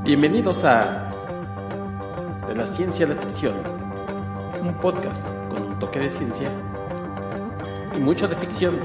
Bienvenidos a De la Ciencia a la Ficción, un podcast con un toque de ciencia y mucho de ficción.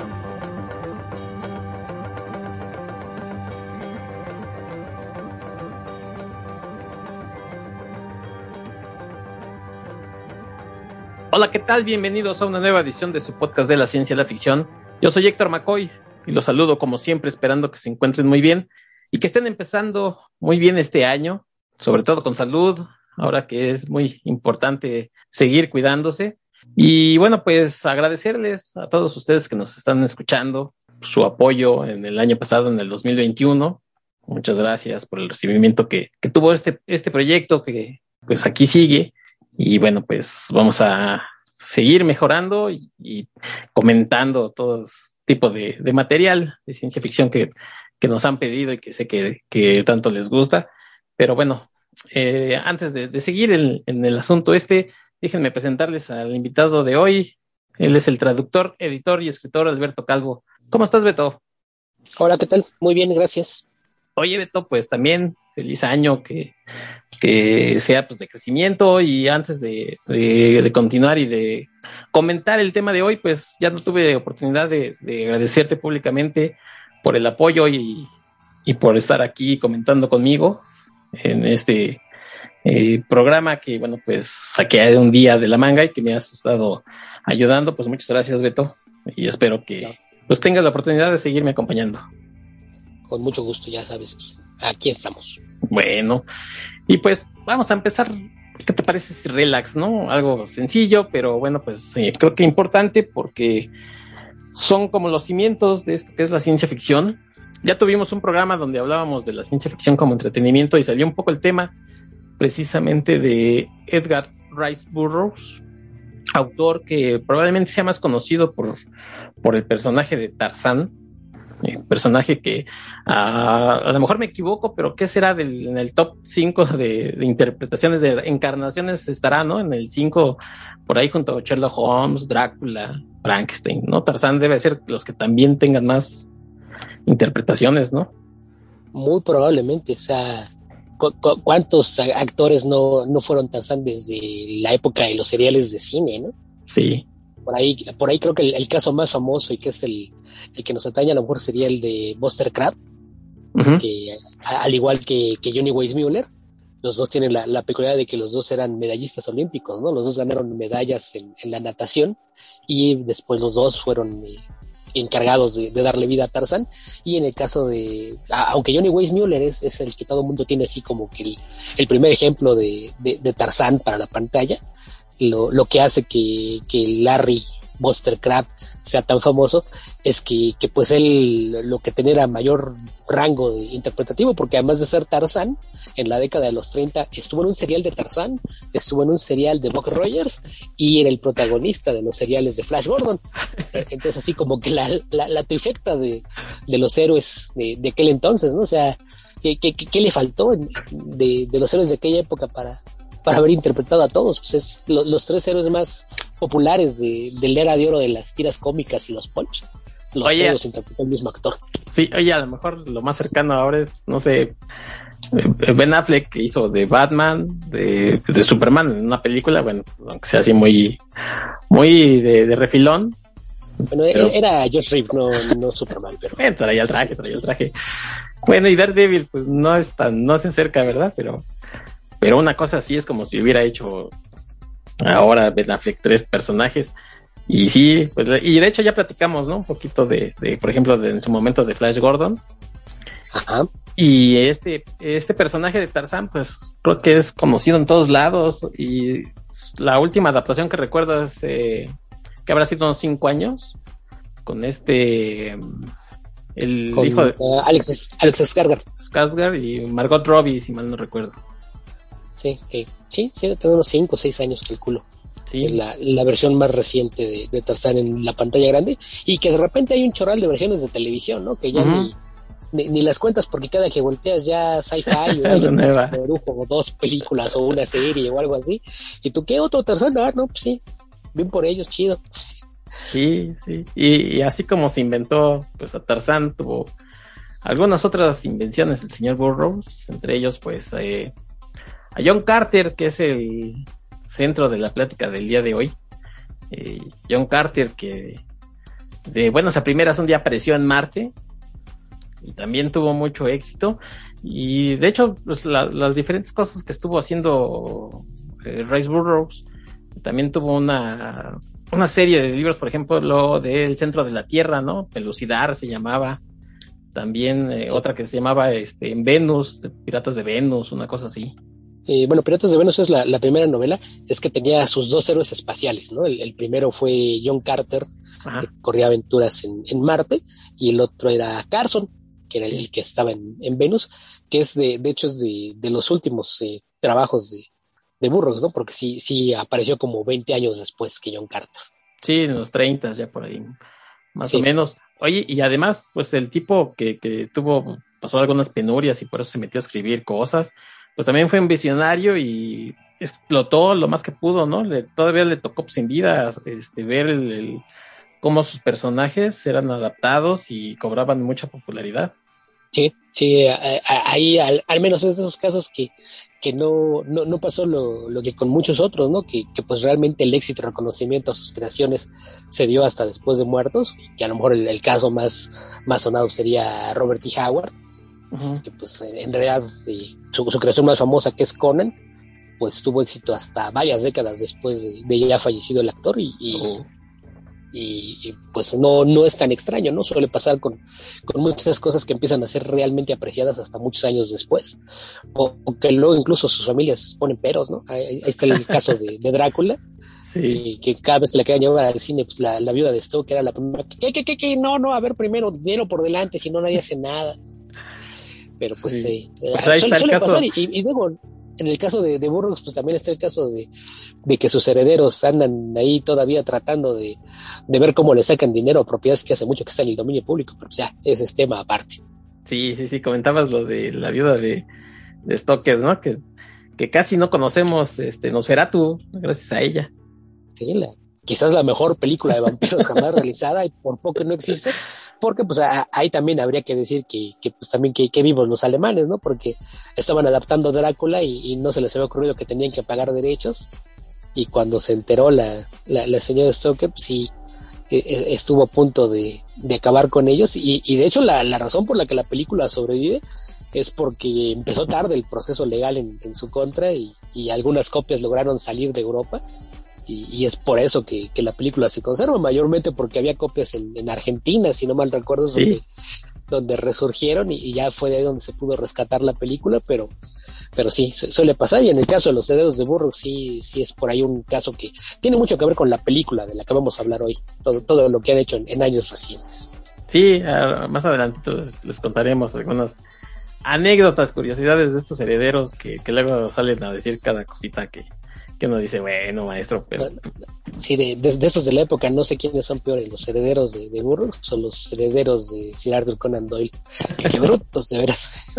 Hola, ¿qué tal? Bienvenidos a una nueva edición de su podcast de la Ciencia a la Ficción. Yo soy Héctor McCoy y los saludo como siempre, esperando que se encuentren muy bien y que estén empezando muy bien este año, sobre todo con salud, ahora que es muy importante seguir cuidándose. Y bueno, pues agradecerles a todos ustedes que nos están escuchando, su apoyo en el año pasado, en el 2021. Muchas gracias por el recibimiento que tuvo este proyecto, que pues aquí sigue. Y bueno, pues vamos a seguir mejorando y comentando todo tipo de material de ciencia ficción que nos han pedido y que sé que tanto les gusta. Pero bueno, antes de seguir en el asunto déjenme presentarles al invitado de hoy. Él es el traductor, editor y escritor Alberto Calvo. ¿Cómo estás, Beto? Hola, ¿qué tal? Muy bien, gracias. Oye, Beto, pues también feliz año, que sea pues de crecimiento. Y antes de continuar y de comentar el tema de hoy, pues ya no tuve oportunidad de agradecerte públicamente por el apoyo y por estar aquí comentando conmigo en este programa que, bueno, pues saqué un día de la manga y que me has estado ayudando. Pues muchas gracias, Beto, y espero que pues tengas la oportunidad de seguirme acompañando. Con mucho gusto, ya sabes que aquí estamos. Bueno, y pues vamos a empezar. ¿Qué te parece si relax, no? Algo sencillo, pero bueno, pues creo que importante porque son como los cimientos de esto que es la ciencia ficción. Ya tuvimos un programa donde hablábamos de la ciencia ficción como entretenimiento y salió un poco el tema precisamente de Edgar Rice Burroughs, autor que probablemente sea más conocido por el personaje de Tarzán. Personaje que a lo mejor me equivoco, pero ¿qué será en el top 5 de interpretaciones de encarnaciones estará, ¿no? En el 5, por ahí junto a Sherlock Holmes, Drácula, Frankenstein, ¿no? Tarzán debe ser los que también tengan más interpretaciones, ¿no? Muy probablemente, o sea, ¿cuántos actores no fueron Tarzán desde la época de los seriales de cine, ¿no? Sí. Por ahí creo que el caso más famoso y que es el que nos atañe a lo mejor sería el de Buster Crabbe, uh-huh. Que al igual que Johnny Weissmuller, los dos tienen la peculiaridad de que los dos eran medallistas olímpicos, ¿no? Los dos ganaron medallas en la natación y después los dos fueron encargados de darle vida a Tarzán. Y en el caso de, aunque Johnny Weissmuller es el que todo el mundo tiene así como que el primer ejemplo de Tarzán para la pantalla, lo que hace que Larry Buster Crabbe sea tan famoso es que pues él lo que tenía era mayor rango interpretativo, porque además de ser Tarzán, en la década de los 30 estuvo en un serial de Tarzán, estuvo en un serial de Buck Rogers y era el protagonista de los seriales de Flash Gordon. Entonces así como que la trifecta de los héroes de aquel entonces, ¿no? O sea, ¿qué le faltó de los héroes de aquella época para haber interpretado a todos? Pues es los tres héroes más populares de la era de oro de las tiras cómicas y los pulps. Los héroes interpretó el mismo actor. Sí, oye, a lo mejor lo más cercano ahora es, no sé, Ben Affleck, que hizo de Batman, de Superman en una película, bueno, aunque sea así muy de refilón. Bueno, pero era Josh Reeves, no Superman, pero traía el traje. Bueno, y Daredevil, pues no se acerca, ¿verdad? Pero una cosa así es como si hubiera hecho ahora Ben Affleck 3 personajes. Y sí, pues, y de hecho ya platicamos, ¿no? Un poquito de por ejemplo, en su momento de Flash Gordon. Ajá. Y este personaje de Tarzán, pues creo que es conocido en todos lados. Y la última adaptación que recuerdo es que habrá sido unos 5 años con hijo de Alex Skarsgård y Margot Robbie, si mal no recuerdo. Sí, tengo unos 5 o 6 años, calculo. Sí. Es la versión más reciente de Tarzán en la pantalla grande, y que de repente hay un chorral de versiones de televisión, ¿no? Que ya uh-huh. ni las cuentas, porque cada que volteas ya Sci-Fi o 2 películas o una serie o algo así, y tú, ¿qué otro Tarzán? No, pues sí, bien por ellos, chido. Sí, y así como se inventó pues a Tarzán, tuvo algunas otras invenciones del señor Burroughs, entre ellos pues a John Carter, que es el centro de la plática del día de hoy. John Carter, que de buenas a primeras un día apareció en Marte y también tuvo mucho éxito, y de hecho pues las diferentes cosas que estuvo haciendo Rice Burroughs, también tuvo una serie de libros, por ejemplo, lo del Centro de la Tierra, ¿no? Pelucidar se llamaba. También otra que se llamaba en Venus, Piratas de Venus, una cosa así. Bueno, Piratas de Venus es la primera novela, es que tenía sus dos héroes espaciales, ¿no? El primero fue John Carter, ajá, que corría aventuras en Marte, y el otro era Carson, que era el que estaba en Venus, que es de hecho es de los últimos trabajos de Burroughs, ¿no? Porque sí apareció como 20 años después que John Carter. Sí, en los 30 ya por ahí, más o menos. Oye, y además, pues el tipo que pasó algunas penurias y por eso se metió a escribir cosas, pues también fue un visionario y explotó lo más que pudo, ¿no? Todavía le tocó pues, en vida ver cómo sus personajes eran adaptados y cobraban mucha popularidad. Sí, ahí al menos es de esos casos que no pasó lo que con muchos otros, ¿no? Que pues realmente el éxito y reconocimiento a sus creaciones se dio hasta después de muertos, que a lo mejor el caso más sonado sería Robert E. Howard, uh-huh, que pues en realidad su creación más famosa, que es Conan, pues tuvo éxito hasta varias décadas después de ya fallecido el actor y pues no es tan extraño, ¿no? Suele pasar con muchas cosas que empiezan a ser realmente apreciadas hasta muchos años después, o que luego incluso sus familias ponen peros, ¿no? Ahí está el caso de Drácula, sí, que cada vez que le quedan llevar al cine, pues la viuda de Stoker era la primera que no, a ver, primero dinero por delante, si no nadie hace nada. Pero pues, sí, suele pasar y luego en el caso de Burroughs, pues también está el caso de que sus herederos andan ahí todavía tratando de ver cómo le sacan dinero a propiedades que hace mucho que están en el dominio público, pero pues ya, ese es tema aparte. Sí, comentabas lo de la viuda de Stoker, ¿no? Que casi no conocemos Nosferatu, gracias a ella. Sí, quizás la mejor película de vampiros jamás realizada, y por poco no existe, porque pues ahí también habría que decir que pues también que vivos los alemanes, ¿no? Porque estaban adaptando Drácula y no se les había ocurrido que tenían que pagar derechos, y cuando se enteró la señora Stoker, pues sí, estuvo a punto de acabar con ellos, y de hecho la razón por la que la película sobrevive es porque empezó tarde el proceso legal en su contra, y algunas copias lograron salir de Europa. Y es por eso que la película se conserva, mayormente porque había copias en Argentina, si no mal recuerdo, ¿sí? donde resurgieron, y ya fue de ahí donde se pudo rescatar la película, pero sí, suele pasar, y en el caso de los herederos de Burroughs sí es por ahí un caso que tiene mucho que ver con la película de la que vamos a hablar hoy, todo lo que han hecho en años recientes. Sí, más adelante les contaremos algunas anécdotas, curiosidades de estos herederos que luego salen a decir cada cosita que uno dice, bueno, maestro, pero... Sí, de esos de la época, no sé quiénes son peores, los herederos de Burroughs o los herederos de Sir Arthur Conan Doyle. Qué brutos, de veras.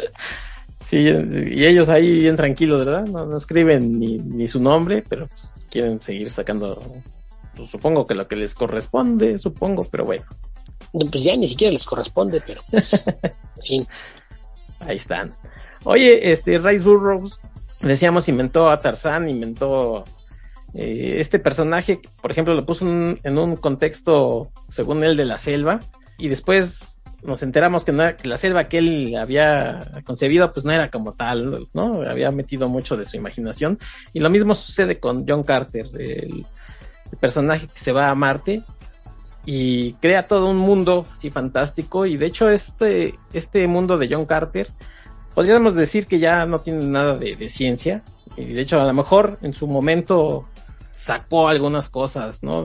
Sí, y ellos ahí bien tranquilos, ¿verdad? No escriben ni su nombre, pero pues quieren seguir sacando, pues, supongo que lo que les corresponde, pero bueno. Pues ya ni siquiera les corresponde, pero pues, en fin. Ahí están. Oye, Rice Burroughs, decíamos, inventó a Tarzán, inventó este personaje, por ejemplo, lo puso en un contexto, según él, de la selva, y después nos enteramos que la selva que él había concebido, pues no era como tal, ¿no? Había metido mucho de su imaginación, y lo mismo sucede con John Carter, el personaje que se va a Marte y crea todo un mundo así fantástico, y de hecho este mundo de John Carter podríamos decir que ya no tiene nada de ciencia, y de hecho a lo mejor en su momento sacó algunas cosas, ¿no?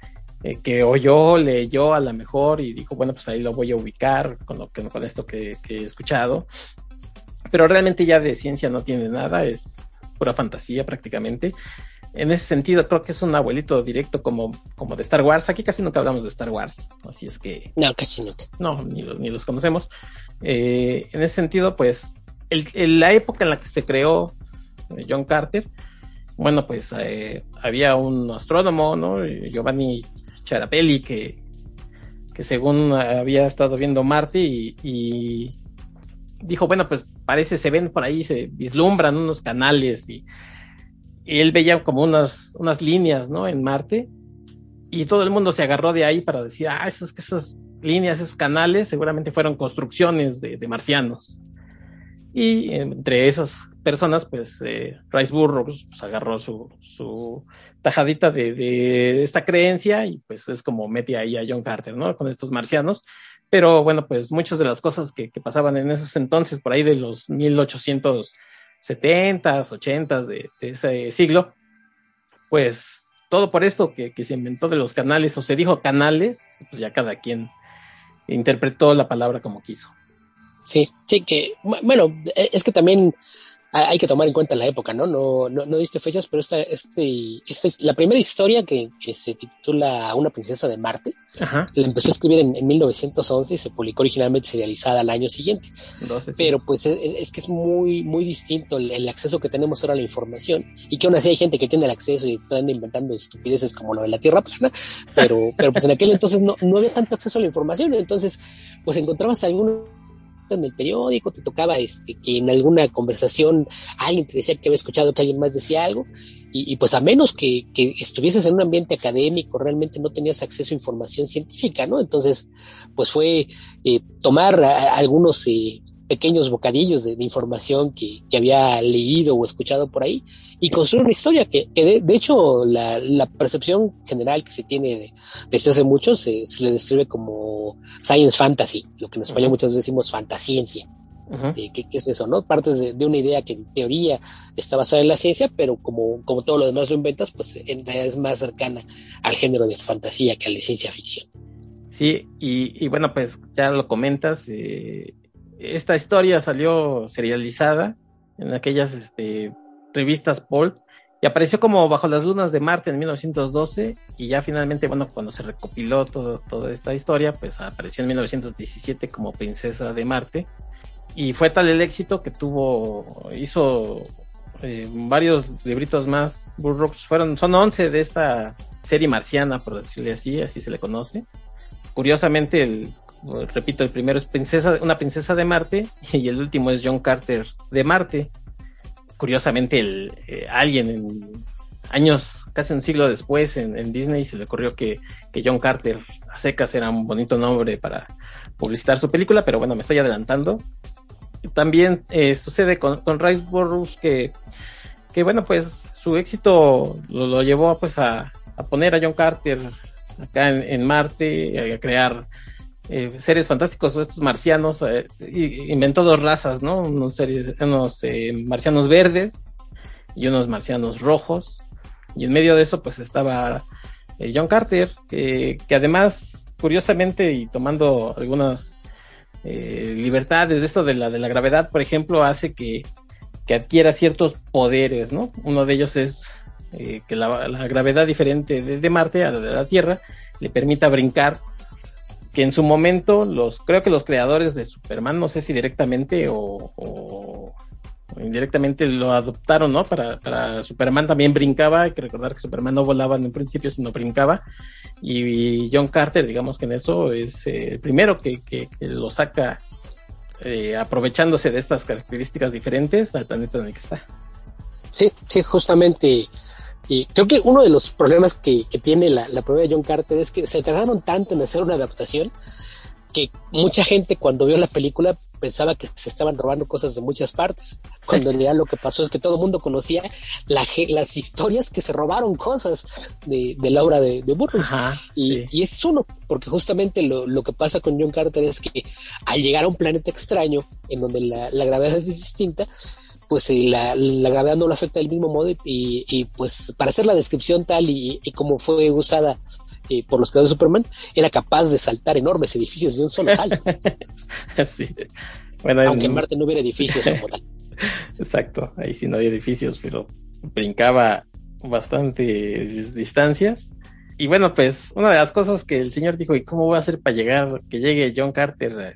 Que oyó, leyó a lo mejor y dijo, bueno, pues ahí lo voy a ubicar con esto que he escuchado, pero realmente ya de ciencia no tiene nada, es pura fantasía prácticamente. En ese sentido creo que es un abuelito directo como de Star Wars. Aquí casi nunca hablamos de Star Wars, así es que... No, casi nunca. No, ni los conocemos. En ese sentido, pues la época en la que se creó John Carter, bueno, pues había un astrónomo, ¿no? Giovanni Charapelli, que que según había estado viendo Marte y dijo, bueno, pues parece, se ven por ahí, se vislumbran unos canales y él veía como unas líneas, ¿no? En Marte, y todo el mundo se agarró de ahí para decir, esas líneas, esos canales seguramente fueron construcciones de marcianos. Y entre esas personas, pues Rice Burroughs pues, agarró su tajadita de esta creencia y pues es como mete ahí a John Carter, ¿no? Con estos marcianos. Pero bueno, pues muchas de las cosas que pasaban en esos entonces, por ahí de los 1870s, 80s de ese siglo, pues todo por esto que se inventó de los canales, o se dijo canales, pues ya cada quien interpretó la palabra como quiso. Sí, que, bueno, es que también hay que tomar en cuenta la época, ¿no? No diste fechas, pero esta es la primera historia que se titula Una princesa de Marte. Ajá. La empezó a escribir en 1911 y se publicó originalmente serializada al año siguiente. 12, sí. Pero pues es que es muy, muy distinto el acceso que tenemos ahora a la información, y que aún así hay gente que tiene el acceso y anda inventando estupideces como lo de la Tierra plana, pero pues en aquel entonces no había tanto acceso a la información. Entonces pues encontrabas algunos en el periódico, te tocaba que en alguna conversación alguien te decía que había escuchado que alguien más decía algo, y pues a menos que estuvieses en un ambiente académico, realmente no tenías acceso a información científica, ¿no? Entonces pues fue tomar algunos pequeños bocadillos de información que había leído o escuchado por ahí, y construir una historia que de hecho la percepción general que se tiene desde hace mucho se le describe como science fantasy, lo que en español muchas veces decimos fantasciencia. ¿Qué es eso, no? Partes de una idea que en teoría está basada en la ciencia, pero como todo lo demás lo inventas, pues en realidad es más cercana al género de fantasía que a la ciencia ficción. Sí, y bueno, pues ya lo comentas, esta historia salió serializada en aquellas revistas Pulp y apareció como Bajo las lunas de Marte en 1912, y ya finalmente, bueno, cuando se recopiló toda esta historia, pues apareció en 1917 como Princesa de Marte, y fue tal el éxito que hizo varios libritos más. Burroughs son 11 de esta serie marciana, por decirle así se le conoce. Curiosamente, repito, el primero es una princesa de Marte, y el último es John Carter de Marte. Curiosamente, alguien en años, casi un siglo después, en Disney se le ocurrió que John Carter a secas era un bonito nombre para publicitar su película, pero bueno, me estoy adelantando. También sucede con Rice Burroughs que bueno, pues su éxito lo llevó pues a poner a John Carter acá en Marte, a crear seres fantásticos, estos marcianos. Inventó 2 razas, ¿no? Unos marcianos verdes y unos marcianos rojos, y en medio de eso pues estaba John Carter, que además, curiosamente, y tomando algunas libertades de esto de la gravedad, por ejemplo, hace que adquiera ciertos poderes, ¿no? Uno de ellos es que la gravedad diferente de Marte a la de la Tierra le permita brincar, que en su momento creo que los creadores de Superman, no sé si directamente o indirectamente lo adoptaron, ¿no? Para Superman también brincaba. Hay que recordar que Superman no volaba en un principio, sino brincaba, y John Carter, digamos que en eso es el primero que lo saca, aprovechándose de estas características diferentes al planeta en el que está. Sí, justamente. Y creo que uno de los problemas que tiene la prueba de John Carter es que se tardaron tanto en hacer una adaptación que mucha gente, cuando vio la película, pensaba que se estaban robando cosas de muchas partes, cuando en realidad lo que pasó es que todo el mundo conocía las historias que se robaron cosas de la obra de Burroughs. Ajá, sí. Y es uno, porque justamente lo que pasa con John Carter es que al llegar a un planeta extraño en donde la gravedad es distinta, pues la gravedad no lo afecta del mismo modo, y pues para hacer la descripción tal y como fue usada por los creadores de Superman, era capaz de saltar enormes edificios de un solo salto. Sí. Bueno, aunque en Marte no hubiera edificios como tal. Exacto, ahí sí no había edificios, pero brincaba bastantes distancias. Y bueno, pues una de las cosas que el señor dijo, ¿y cómo voy a hacer para que llegue John Carter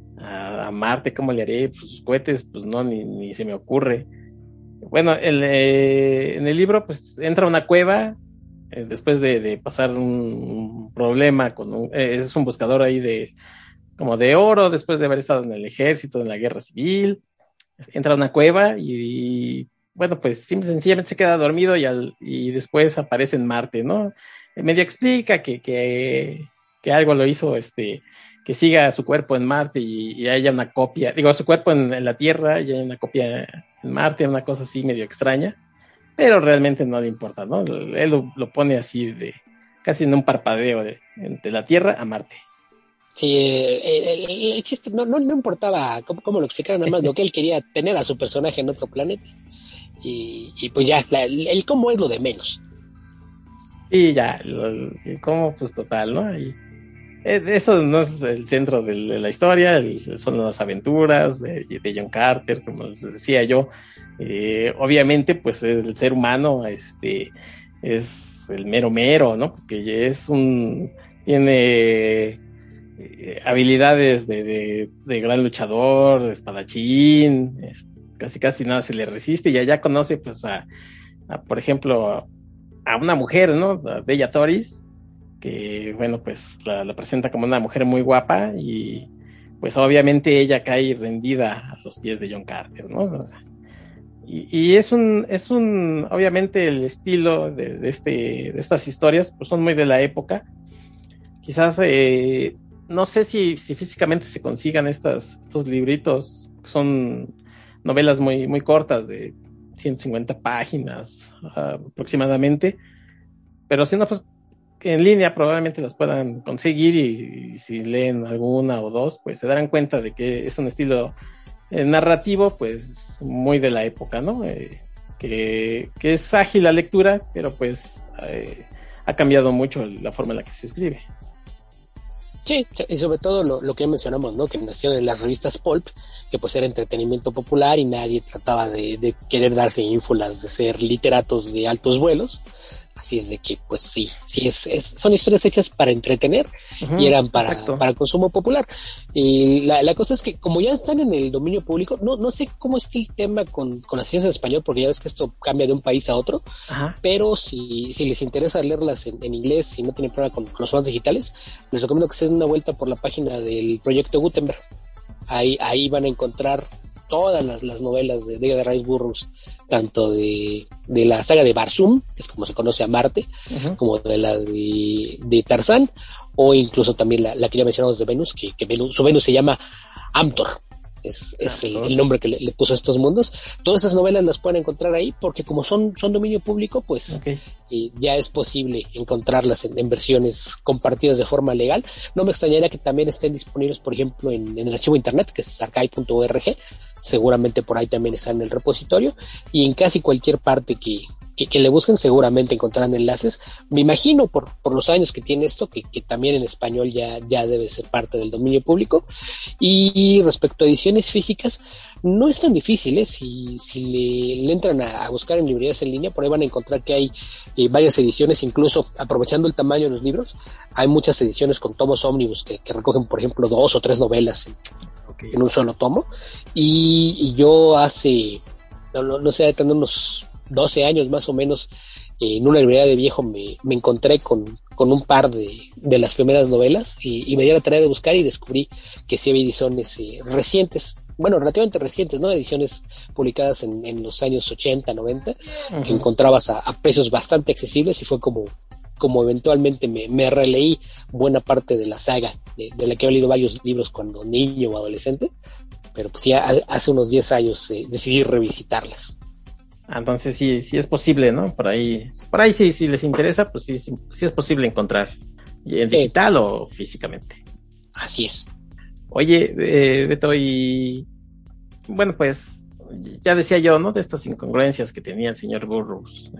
a Marte? ¿Cómo le haré? Pues sus cohetes, pues no, ni se me ocurre. Bueno, en el libro pues entra a una cueva después de pasar un problema es un buscador ahí como de oro, después de haber estado en el ejército, en la guerra civil, entra a una cueva y bueno, pues sencillamente se queda dormido y después aparece en Marte, ¿no? Medio explica que algo lo hizo, que siga su cuerpo en Marte y haya una copia, digo, su cuerpo en la Tierra y haya una copia en Marte, una cosa así medio extraña, pero realmente no le importa, ¿no? Él lo pone así casi en un parpadeo de la Tierra a Marte. Sí, el chiste no importaba cómo lo explicaran, nada más lo que él quería tener a su personaje en otro planeta. Y pues ya, el cómo es lo de menos. Y ya, el cómo, pues total, ¿no? Y eso no es el centro de la historia, son las aventuras de John Carter, como les decía yo. Obviamente, pues el ser humano es el mero mero, ¿no? Porque tiene habilidades de gran luchador, de espadachín, casi nada se le resiste y allá conoce pues por ejemplo, a una mujer, ¿no? A Bella Toris, que bueno, pues la presenta como una mujer muy guapa y pues obviamente ella cae rendida a los pies de John Carter, ¿no? Y obviamente el estilo de estas historias pues son muy de la época. Quizás no sé si físicamente se consigan estos libritos, son novelas muy, muy cortas de 150 páginas aproximadamente, pero si no, pues en línea probablemente las puedan conseguir y si leen alguna o dos, pues se darán cuenta de que es un estilo narrativo, pues muy de la época, ¿no? Que es ágil la lectura, pero pues ha cambiado mucho la forma en la que se escribe. Sí, y sobre todo lo que mencionamos, ¿no? Que nacieron en las revistas Pulp, que pues era entretenimiento popular y nadie trataba de querer darse ínfulas de ser literatos de altos vuelos. Así es de que, pues sí, son historias hechas para entretener y eran para consumo popular. Y la cosa es que como ya están en el dominio público, no sé cómo está el tema con las ciencias en español, porque ya ves que esto cambia de un país a otro, pero si les interesa leerlas en inglés, si no tienen problema con los formatos digitales, les recomiendo que se den una vuelta por la página del Proyecto Gutenberg. Ahí van a encontrar todas las novelas de Edgar Rice Burroughs, tanto de la saga de Barsoom, que es como se conoce a Marte, como de la de Tarzán, o incluso también la que ya mencionamos de Venus, que su Venus se llama Amtor. Es el nombre que le puso a estos mundos. Todas esas novelas las pueden encontrar ahí porque como son dominio público, pues ya es posible encontrarlas en versiones compartidas de forma legal. No me extrañaría que también estén disponibles, por ejemplo, en el archivo internet, que es archive.org. Seguramente por ahí también está en el repositorio y en casi cualquier parte que le busquen seguramente encontrarán enlaces. Me imagino por los años que tiene esto que también en español ya debe ser parte del dominio público. Y respecto a ediciones físicas, no es tan difícil, ¿eh? Si le entran a buscar en librerías en línea, por ahí van a encontrar que hay varias ediciones, incluso aprovechando el tamaño de los libros, hay muchas ediciones con tomos ómnibus que recogen, por ejemplo, 2 o 3 novelas en un solo tomo. Y yo hace, no sé, teniendo unos 12 años más o menos, en una librería de viejo me encontré con un par de las primeras novelas y me dio la tarea de buscar y descubrí que sí había ediciones recientes, bueno, relativamente recientes, ¿no? Ediciones publicadas en los años 80, 90, que encontrabas a precios bastante accesibles y fue como eventualmente me releí buena parte de la saga, de la que he leído varios libros cuando niño o adolescente, pero pues ya hace unos 10 años decidí revisitarlas. Entonces sí es posible, ¿no? Por ahí sí, si les interesa, pues sí es posible encontrar, en digital o físicamente. Así es. Oye, Beto, y bueno, pues ya decía yo, ¿no? De estas incongruencias que tenía el señor Burroughs,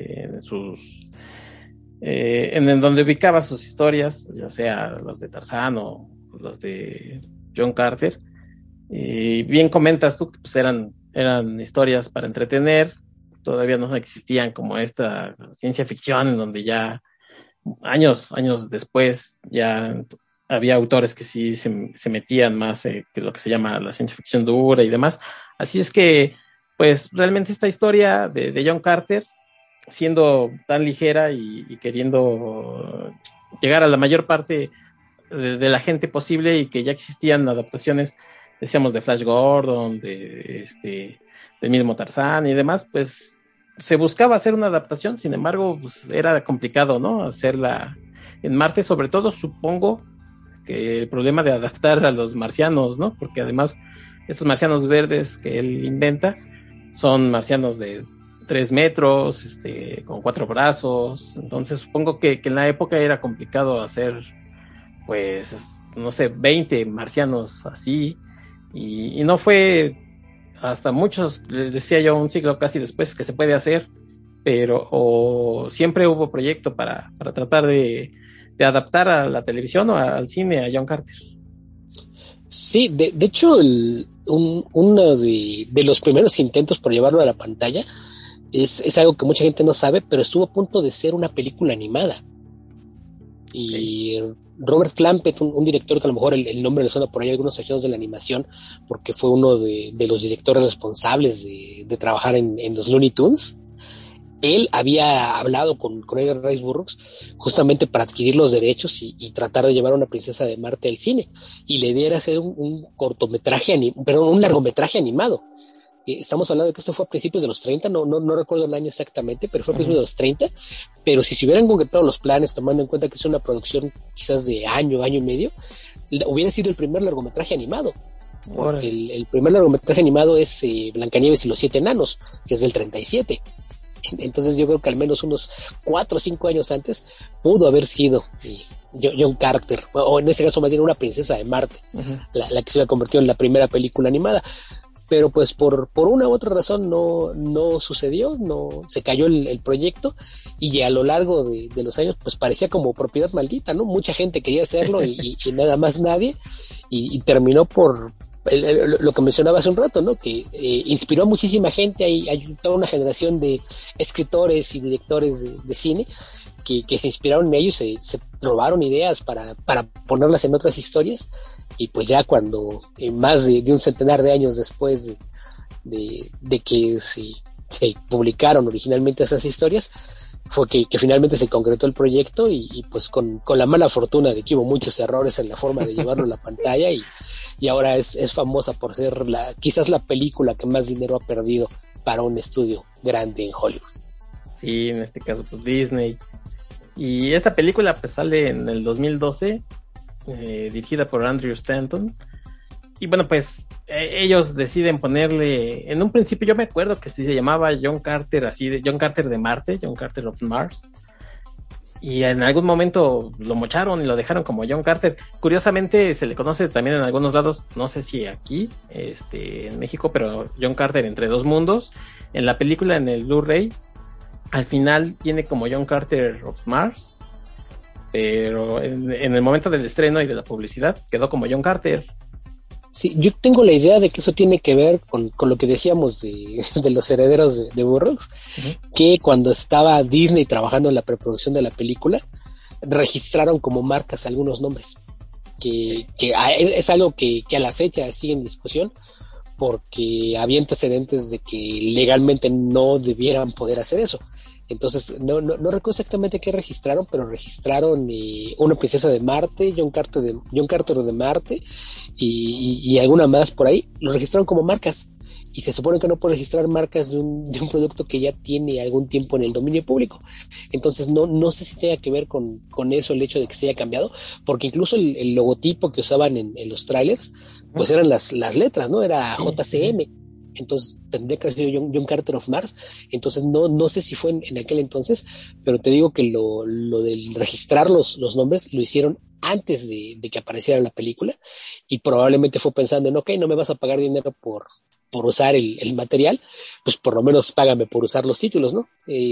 en donde ubicaba sus historias, ya sea las de Tarzán o las de John Carter. Y bien comentas tú que pues eran historias para entretener, todavía no existían como esta ciencia ficción en donde ya años después ya había autores que sí se metían más que lo que se llama la ciencia ficción dura y demás. Así es que, pues realmente esta historia de John Carter siendo tan ligera y queriendo llegar a la mayor parte de la gente posible, y que ya existían adaptaciones, decíamos, de Flash Gordon, del mismo Tarzán y demás, pues se buscaba hacer una adaptación. Sin embargo, pues era complicado, ¿no? Hacerla en Marte, sobre todo, supongo que el problema de adaptar a los marcianos, ¿no? Porque además estos marcianos verdes que él inventa son marcianos de 3 metros, con 4 brazos. Entonces supongo que en la época era complicado hacer, pues, no sé, 20 marcianos así, y no fue hasta muchos, les decía yo, un siglo casi después, que se puede hacer, pero o siempre hubo proyecto para tratar de adaptar a la televisión o al cine a John Carter. Sí, de hecho, uno de los primeros intentos por llevarlo a la pantalla es algo que mucha gente no sabe, pero estuvo a punto de ser una película animada. Y Robert Clampett, un director que a lo mejor el nombre le suena por ahí a algunos aficionados de la animación, porque fue uno de los directores responsables de trabajar en los Looney Tunes. Él había hablado con Edgar Rice Burroughs justamente para adquirir los derechos y tratar de llevar a una princesa de Marte al cine. Y la idea era hacer un largometraje animado. Estamos hablando de que esto fue a principios de los 30, no recuerdo el año exactamente, pero fue a principios de los 30. Pero si se hubieran concretado los planes, tomando en cuenta que es una producción quizás de año y medio, hubiera sido el primer largometraje animado. Porque el primer largometraje animado es Blancanieves y los 7 enanos, que es del 37. Entonces yo creo que al menos unos 4 o 5 años antes pudo haber sido John Carter, o en este caso más bien una princesa de Marte, la que se hubiera convertido en la primera película animada. Pero pues por una u otra razón no sucedió, no se cayó el proyecto, y a lo largo de los años pues parecía como propiedad maldita, ¿no? Mucha gente quería hacerlo y nada más nadie, y terminó por lo que mencionaba hace un rato, ¿no? Que inspiró a muchísima gente. Hay toda una generación de escritores y directores de cine que se inspiraron en ellos, se robaron ideas para ponerlas en otras historias. Y pues ya cuando más de un centenar de años después de que se publicaron originalmente esas historias, fue que finalmente se concretó el proyecto, y pues con la mala fortuna de que hubo muchos errores en la forma de llevarlo a la pantalla, y ahora es famosa por ser quizás la película que más dinero ha perdido para un estudio grande en Hollywood. Sí, en este caso pues Disney. Y esta película pues sale en el 2012, dirigida por Andrew Stanton. Y bueno, pues ellos deciden ponerle, en un principio yo me acuerdo que se llamaba John Carter, así de John Carter de Marte, John Carter of Mars, y en algún momento lo mocharon y lo dejaron como John Carter. Curiosamente se le conoce también en algunos lados, no sé si aquí, en México, pero John Carter entre dos mundos. En la película, en el Blu-ray, al final tiene como John Carter of Mars, pero en el momento del estreno y de la publicidad quedó como John Carter. Sí, yo tengo la idea de que eso tiene que ver con lo que decíamos de los herederos de Burroughs, que cuando estaba Disney trabajando en la preproducción de la película, registraron como marcas algunos nombres, que es algo que a la fecha sigue en discusión, porque había antecedentes de que legalmente no debieran poder hacer eso. Entonces, no recuerdo exactamente qué registraron, pero registraron una princesa de Marte, John Carter de Marte, y alguna más por ahí. Lo registraron como marcas, y se supone que no puede registrar marcas de un producto que ya tiene algún tiempo en el dominio público. Entonces, no sé si tenga que ver con eso el hecho de que se haya cambiado, porque incluso el logotipo que usaban en los trailers, pues eran las letras, ¿no? Era JCM. Entonces tendría que haber sido John Carter of Mars. Entonces no sé si fue en aquel entonces, pero te digo que lo del registrar los nombres lo hicieron antes de que apareciera la película, y probablemente fue pensando en, ok, no me vas a pagar dinero por usar el material, pues por lo menos págame por usar los títulos, ¿no?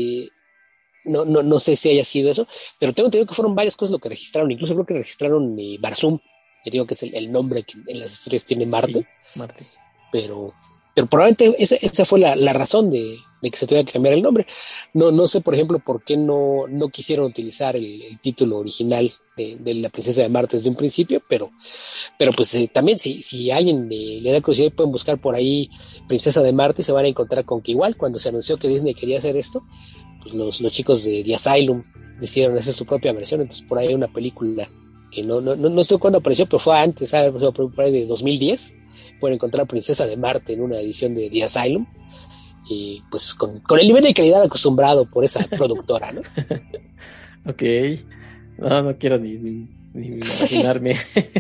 No sé si haya sido eso, pero tengo entendido que fueron varias cosas lo que registraron. Incluso creo que registraron Barzum, que digo que es el nombre que en las historias tiene Marte. Sí, Marte. Pero probablemente esa fue la razón de que se tuviera que cambiar el nombre. No sé, por ejemplo, por qué no quisieron utilizar el título original de la princesa de Marte desde un principio, pero pues también si alguien le da curiosidad, pueden buscar por ahí princesa de Marte y se van a encontrar con que igual cuando se anunció que Disney quería hacer esto, pues los chicos de The Asylum decidieron hacer su propia versión, entonces por ahí hay una película que no sé cuándo apareció, pero fue antes, ¿sabes? Por ahí de 2010, pueden encontrar Princesa de Marte en una edición de The Asylum, y pues con el nivel de calidad acostumbrado por esa productora, ¿no? Ok, no quiero ni imaginarme.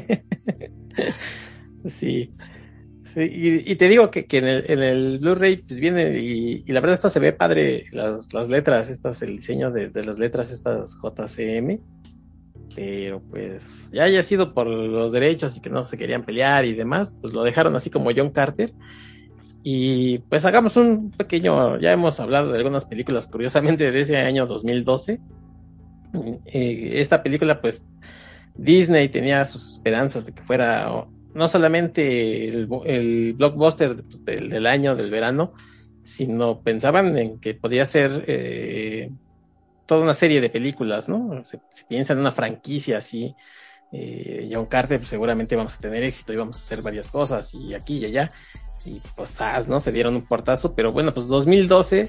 Sí. Sí, y te digo que en el Blu-ray pues viene y la verdad esta se ve padre, las letras, el diseño de las letras, estas JCM, pero pues ya haya sido por los derechos y que no se querían pelear y demás, pues lo dejaron así como John Carter. Y pues hagamos un pequeño, ya hemos hablado de algunas películas curiosamente de ese año 2012. Esta película pues Disney tenía sus esperanzas de que fuera no solamente el blockbuster del año, del verano, sino pensaban en que podía ser toda una serie de películas, ¿no? Se piensa en una franquicia así. John Carter, pues seguramente vamos a tener éxito y vamos a hacer varias cosas y aquí y allá. Y pues, ¿no? Se dieron un portazo, pero bueno, pues 2012,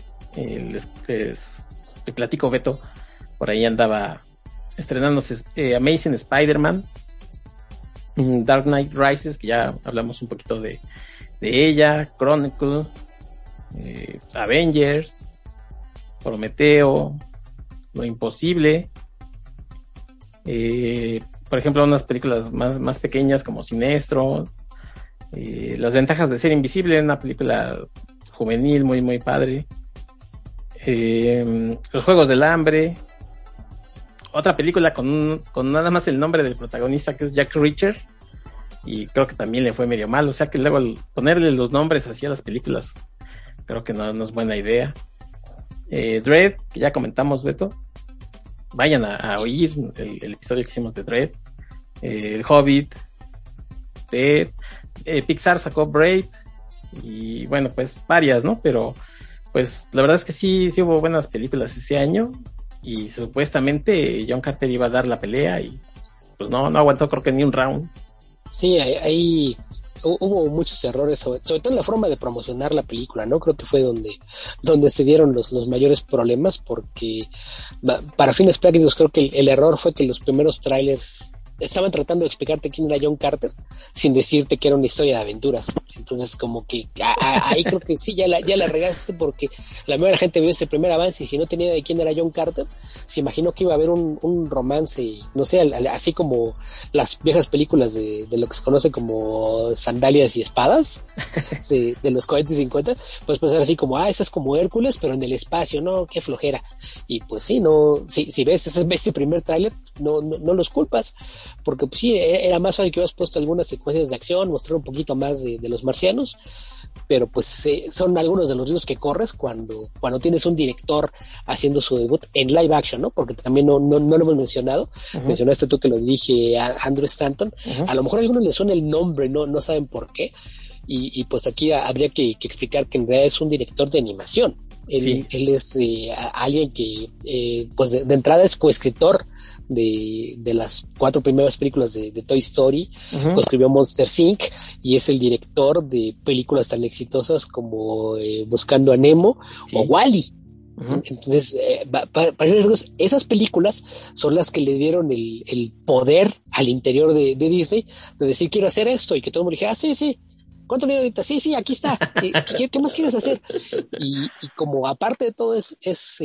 te platico, Beto, por ahí andaba estrenándose Amazing Spider-Man, Dark Knight Rises, que ya hablamos un poquito de ella, Chronicle, Avengers, Prometeo, Lo Imposible, por ejemplo unas películas más pequeñas como Sinestro, Las Ventajas de Ser Invisible, una película juvenil muy muy padre, Los Juegos del Hambre, otra película con nada más el nombre del protagonista, que es Jack Reacher, y creo que también le fue medio mal, o sea que luego ponerle los nombres así a las películas creo que no es buena idea. Dredd, que ya comentamos, Beto, vayan a oír el episodio que hicimos de Dredd. El Hobbit, Pixar sacó Brave, y bueno, pues varias, ¿no? Pero pues la verdad es que sí hubo buenas películas ese año, y supuestamente John Carter iba a dar la pelea y pues no aguantó creo que ni un round. Sí, ahí hubo muchos errores, sobre todo en la forma de promocionar la película, ¿no? Creo que fue donde se dieron los mayores problemas, porque para fines prácticos creo que el error fue que los primeros trailers estaban tratando de explicarte quién era John Carter sin decirte que era una historia de aventuras. Entonces como que ahí creo que sí ya la regaste, porque la mayoría de la gente vio ese primer avance y si no tenía idea de quién era John Carter, se imaginó que iba a haber un romance, no sé, así como las viejas películas de lo que se conoce como Sandalias y Espadas de los 40 y 50, pues pensar así como, esa es como Hércules pero en el espacio, no, qué flojera. Y pues sí, no, si ves ese primer tráiler, no los culpas, porque pues sí, era más fácil que hubieras puesto algunas secuencias de acción, mostrar un poquito más de los marcianos, pero pues son algunos de los riesgos que corres cuando tienes un director haciendo su debut en live action, ¿no? Porque también no lo hemos mencionado. Uh-huh. Mencionaste tú que lo dirige a Andrew Stanton. Uh-huh. A lo mejor a algunos les suena el nombre, no saben por qué, y pues aquí habría que explicar que en realidad es un director de animación. Él es alguien que pues de entrada es coescritor de las 4 primeras películas de Toy Story. Uh-huh. Coescribió Monster Inc. y es el director de películas tan exitosas como Buscando a Nemo o Wall-E. Uh-huh. Entonces, para esas películas son las que le dieron el poder al interior de Disney de decir, quiero hacer esto, y que todo el mundo dijera, sí, ¿cuánto le ahorita? Sí, aquí está. ¿Qué más quieres hacer? Y como aparte de todo es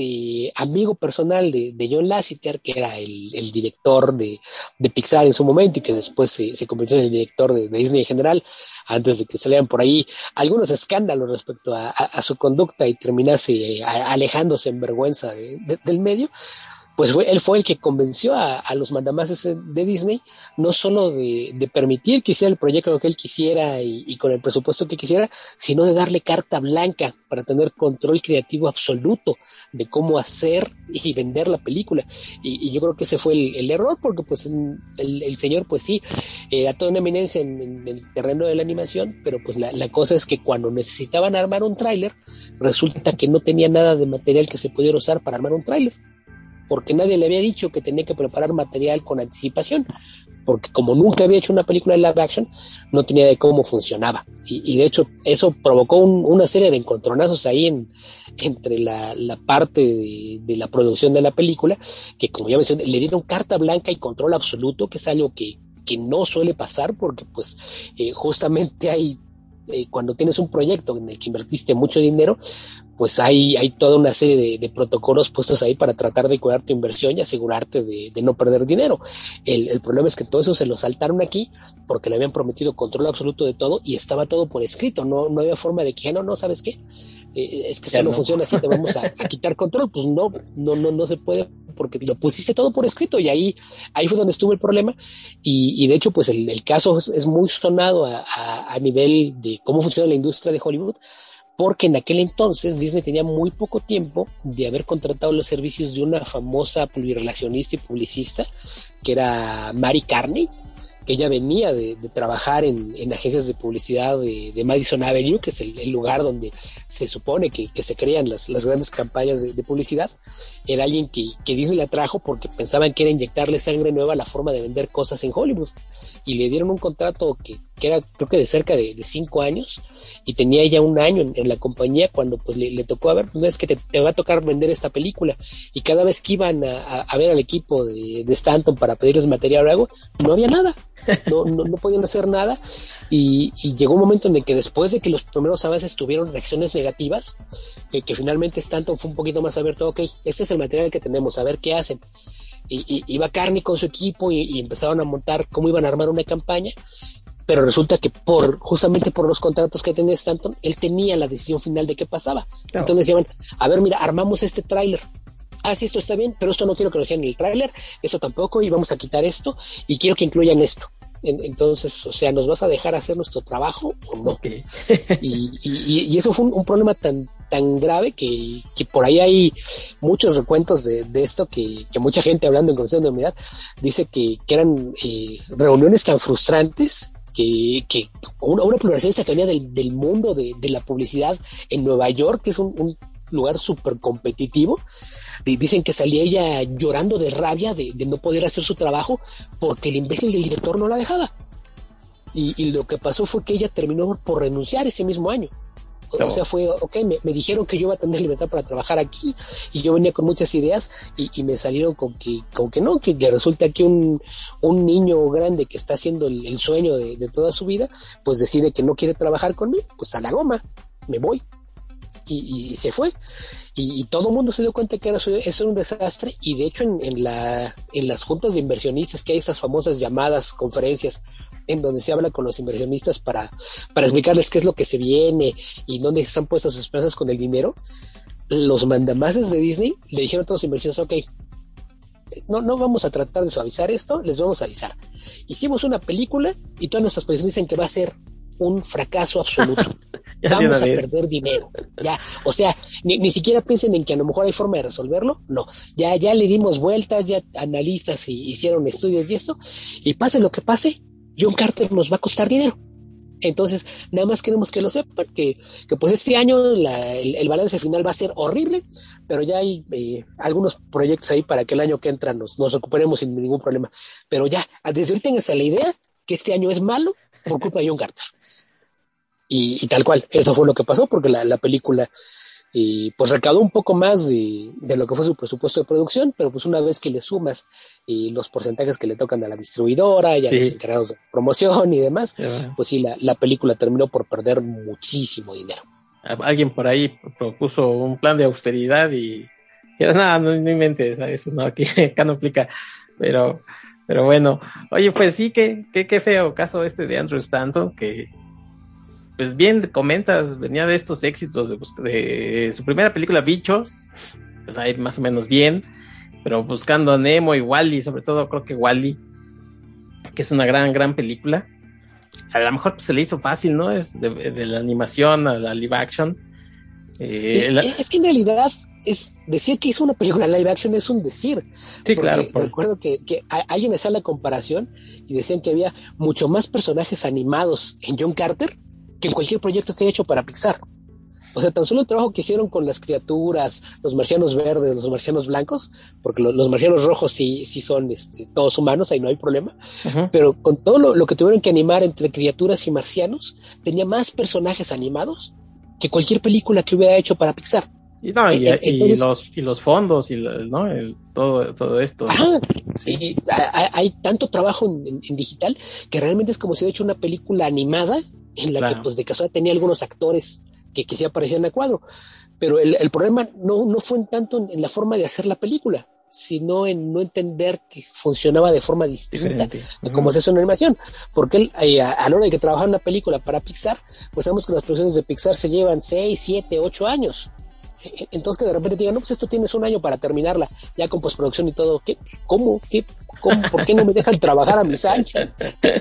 amigo personal de John Lasseter, que era el director de Pixar en su momento y que después se convirtió en el director de Disney en general, antes de que salieran por ahí algunos escándalos respecto a su conducta y terminase alejándose en vergüenza del medio. Pues él fue el que convenció a los mandamases de Disney, no solo de permitir que hiciera el proyecto que él quisiera y con el presupuesto que quisiera, sino de darle carta blanca para tener control creativo absoluto de cómo hacer y vender la película. Y yo creo que ese fue el error, porque pues el señor pues sí, era toda una eminencia en el terreno de la animación, pero pues la cosa es que cuando necesitaban armar un tráiler, resulta que no tenía nada de material que se pudiera usar para armar un tráiler, porque nadie le había dicho que tenía que preparar material con anticipación. porque como nunca había hecho una película de live action, no tenía idea de cómo funcionaba. Y de hecho, eso provocó una serie de encontronazos ahí entre la parte de la producción de la película, que como ya mencioné, le dieron carta blanca y control absoluto, que es algo que no suele pasar, porque pues justamente hay cuando tienes un proyecto en el que invertiste mucho dinero, pues hay toda una serie de protocolos puestos ahí para tratar de cuidar tu inversión y asegurarte de no perder dinero. El problema es que todo eso se lo saltaron aquí porque le habían prometido control absoluto de todo y estaba todo por escrito, no había forma de que no, ¿sabes qué? Es que eso no funciona así, te vamos a quitar control. Pues no se puede, porque lo pusiste todo por escrito, y ahí fue donde estuvo el problema. Y de hecho, pues el caso es muy sonado a nivel de cómo funciona la industria de Hollywood, porque en aquel entonces Disney tenía muy poco tiempo de haber contratado los servicios de una famosa publirelacionista y publicista, que era Mary Carney, que ella venía de trabajar en agencias de publicidad de Madison Avenue, que es el lugar donde se supone que se crean las grandes campañas de publicidad. Era alguien que Disney la trajo porque pensaban que era inyectarle sangre nueva a la forma de vender cosas en Hollywood, y le dieron un contrato que era, creo que de cerca de 5 años, y tenía ya 1 año en la compañía cuando pues le tocó, a ver, pues es que te va a tocar vender esta película. Y cada vez que iban a ver al equipo de Stanton para pedirles material o algo, no había nada. No podían hacer nada, y llegó un momento en el que, después de que los primeros avances tuvieron reacciones negativas, que finalmente Stanton fue un poquito más abierto. Ok, este es el material que tenemos, a ver qué hacen. Y iba Carney con su equipo y empezaron a montar cómo iban a armar una campaña, pero resulta que justamente por los contratos que tenía Stanton, él tenía la decisión final de qué pasaba. Claro. Entonces decían, a ver, mira, armamos este tráiler. Sí, esto está bien, pero esto no quiero que lo sean en el tráiler, esto tampoco, y vamos a quitar esto, y quiero que incluyan esto. Entonces, o sea, ¿nos vas a dejar hacer nuestro trabajo o no? Okay. y eso fue un problema tan grave que por ahí hay muchos recuentos de esto, que mucha gente, hablando en condición de unidad, dice que eran reuniones tan frustrantes que una publicacionista que venía del mundo de la publicidad en Nueva York, que es un lugar súper competitivo, dicen que salía ella llorando de rabia de no poder hacer su trabajo porque el imbécil del director no la dejaba, y lo que pasó fue que ella terminó por renunciar ese mismo año. O sea, fue, ok, me dijeron que yo iba a tener libertad para trabajar aquí, y yo venía con muchas ideas, y me salieron con que no, que resulta que un niño grande que está haciendo el sueño de toda su vida, pues decide que no quiere trabajar conmigo, pues a la goma, me voy. Y se fue, y todo el mundo se dio cuenta que eso era un desastre. Y de hecho en las juntas de inversionistas, que hay estas famosas llamadas conferencias en donde se habla con los inversionistas para explicarles qué es lo que se viene y dónde están puestas sus esperanzas con el dinero, los mandamases de Disney le dijeron a todos los inversionistas, ok, no vamos a tratar de suavizar esto, les vamos a avisar, hicimos una película y todas nuestras predicciones dicen que va a ser un fracaso absoluto. Vamos a perder dinero. Ya, o sea, ni siquiera piensen en que a lo mejor hay forma de resolverlo. No, ya le dimos vueltas, ya analistas hicieron estudios y esto, y pase lo que pase, John Carter nos va a costar dinero. Entonces, nada más queremos que lo sepan, que pues este año el balance final va a ser horrible, pero ya hay algunos proyectos ahí para que el año que entra nos recuperemos sin ningún problema. Pero ya, desde ahorita tengan la idea que este año es malo por culpa de John Carter. Y tal cual, eso fue lo que pasó, porque la película pues recaudó un poco más de lo que fue su presupuesto de producción, pero pues una vez que le sumas los porcentajes que le tocan a la distribuidora y a los encargados de promoción y demás, pues sí, la película terminó por perder muchísimo dinero. Alguien por ahí propuso un plan de austeridad y nada, no inventes, eso no, acá no aplica, pero bueno, oye, pues sí, qué feo caso de Andrew Stanton, que pues bien comentas, venía de estos éxitos de su primera película, Bichos, pues ahí más o menos bien, pero Buscando a Nemo y Wall-E, sobre todo creo que Wall-E, que es una gran película, a lo mejor pues, se le hizo fácil, ¿no? Es de la animación a la live action. Es que en realidad es decir que hizo una película live action es un decir. Sí, claro. Recuerdo que alguien hacía la comparación y decían que había mucho más personajes animados en John Carter que en cualquier proyecto que haya hecho para Pixar. O sea, tan solo el trabajo que hicieron con las criaturas, los marcianos verdes, los marcianos blancos, porque los marcianos rojos sí son todos humanos, ahí no hay problema, pero con todo lo que tuvieron que animar entre criaturas y marcianos, tenía más personajes animados que cualquier película que hubiera hecho para Pixar. Y no, entonces, los fondos y ¿no? todo esto. Ajá, sí. Hay tanto trabajo en digital que realmente es como si hubiera hecho una película animada en la que pues de casualidad tenía algunos actores que sí aparecían a cuadro, pero el problema no fue en tanto en la forma de hacer la película, sino en no entender que funcionaba de forma distinta de cómo se hace una animación, porque a la hora de que trabajaba una película para Pixar, pues sabemos que las producciones de Pixar se llevan 6, 7, 8 años. Entonces que de repente te digan, no, pues esto tienes un año para terminarla, ya con postproducción y todo. ¿Cómo? ¿Por qué no me dejan trabajar a mis anchas?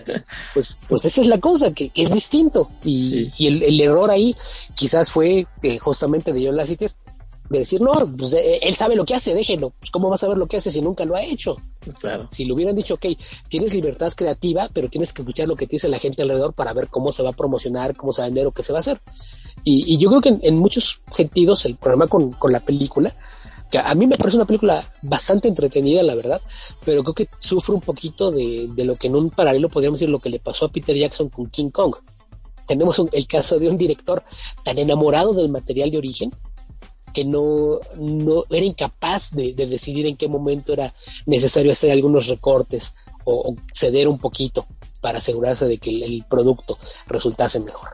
Pues esa es la cosa, que es distinto. Y el error ahí quizás fue justamente de John Lasseter, de decir, no, pues él sabe lo que hace, déjenlo. Pues ¿cómo vas a ver lo que hace si nunca lo ha hecho? Claro. Si le hubieran dicho, ok, tienes libertad creativa, pero tienes que escuchar lo que te dice la gente alrededor para ver cómo se va a promocionar, cómo se va a vender o qué se va a hacer. Y yo creo que en muchos sentidos el problema con la película, que a mí me parece una película bastante entretenida, la verdad, pero creo que sufre un poquito de lo que en un paralelo podríamos decir lo que le pasó a Peter Jackson con King Kong. Tenemos el caso de un director tan enamorado del material de origen que no era incapaz de decidir en qué momento era necesario hacer algunos recortes o ceder un poquito para asegurarse de que el producto resultase mejor.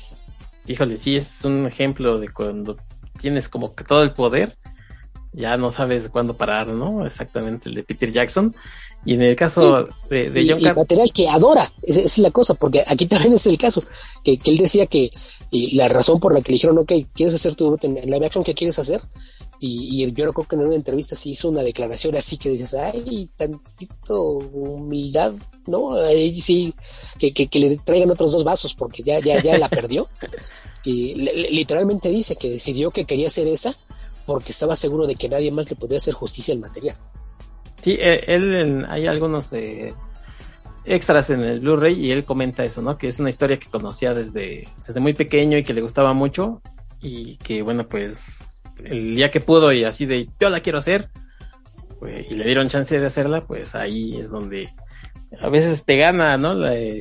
Híjole, sí, es un ejemplo de cuando tienes como que todo el poder, ya no sabes cuándo parar, ¿no? Exactamente, el de Peter Jackson. Y en el caso de John Carter, material que adora, esa es la cosa, porque aquí también es el caso, que él decía que la razón por la que le dijeron, ok, ¿quieres hacer tu en live action? ¿Qué quieres hacer? Y yo recuerdo que en una entrevista sí hizo una declaración así que dices, ay, tantito humildad, ¿no? Ahí sí, que le traigan otros 2 vasos porque ya la perdió. Y literalmente dice que decidió que quería hacer esa porque estaba seguro de que nadie más le podía hacer justicia al material. Sí, hay algunos extras en el Blu-ray y él comenta eso, ¿no? Que es una historia que conocía desde muy pequeño y que le gustaba mucho y que, bueno, pues el día que pudo y así de yo la quiero hacer, pues, y le dieron chance de hacerla, pues ahí es donde a veces te gana, ¿no?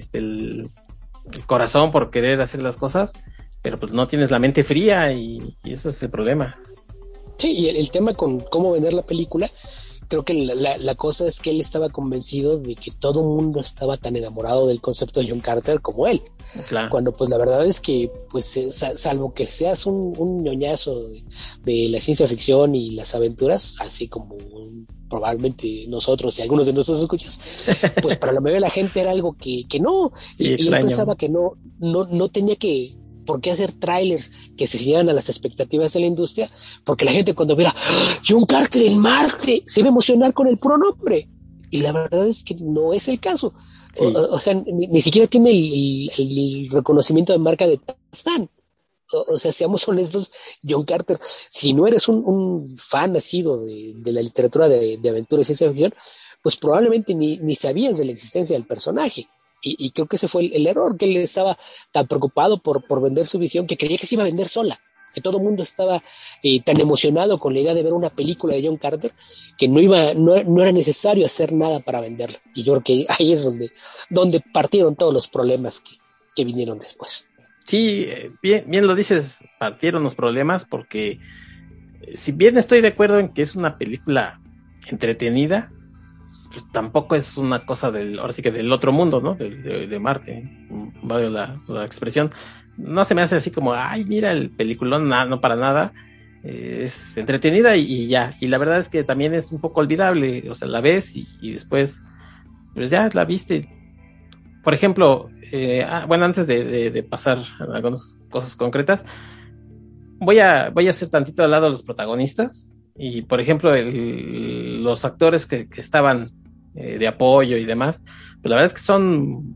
El corazón por querer hacer las cosas, pero pues no tienes la mente fría y eso es el problema. Sí, y el tema con cómo vender la película, creo que la cosa es que él estaba convencido de que todo el mundo estaba tan enamorado del concepto de John Carter como él. Claro. Cuando pues la verdad es que pues salvo que seas un ñoñazo de la ciencia ficción y las aventuras, así como probablemente nosotros y algunos de nosotros escuchas, pues para la mayoría de la gente era algo que no, y él pensaba que no tenía por qué hacer trailers que se siguieran a las expectativas de la industria, porque la gente cuando viera John Carter en Marte se iba a emocionar con el puro nombre, y la verdad es que no es el caso. Sí. O sea, ni siquiera tiene el reconocimiento de marca de Stan. O sea, seamos honestos, John Carter, si no eres un fan nacido de la literatura de aventura y ciencia ficción, pues probablemente ni sabías de la existencia del personaje. Y creo que ese fue el error, que él estaba tan preocupado por vender su visión que creía que se iba a vender sola, que todo el mundo estaba tan emocionado con la idea de ver una película de John Carter que no era necesario hacer nada para venderla. Y yo creo que ahí es donde partieron todos los problemas que vinieron después. Sí, bien lo dices, partieron los problemas porque si bien estoy de acuerdo en que es una película entretenida, pues tampoco es una cosa ahora sí que del otro mundo, ¿no? De Marte, vale la expresión. No se me hace así como, ay, mira el peliculón, no para nada. Es entretenida y ya. Y la verdad es que también es un poco olvidable. O sea, la ves y después, pues ya la viste. Por ejemplo, bueno, antes de pasar a algunas cosas concretas, voy a hacer tantito al lado a los protagonistas. Y por ejemplo, los actores que estaban de apoyo y demás, pues la verdad es que son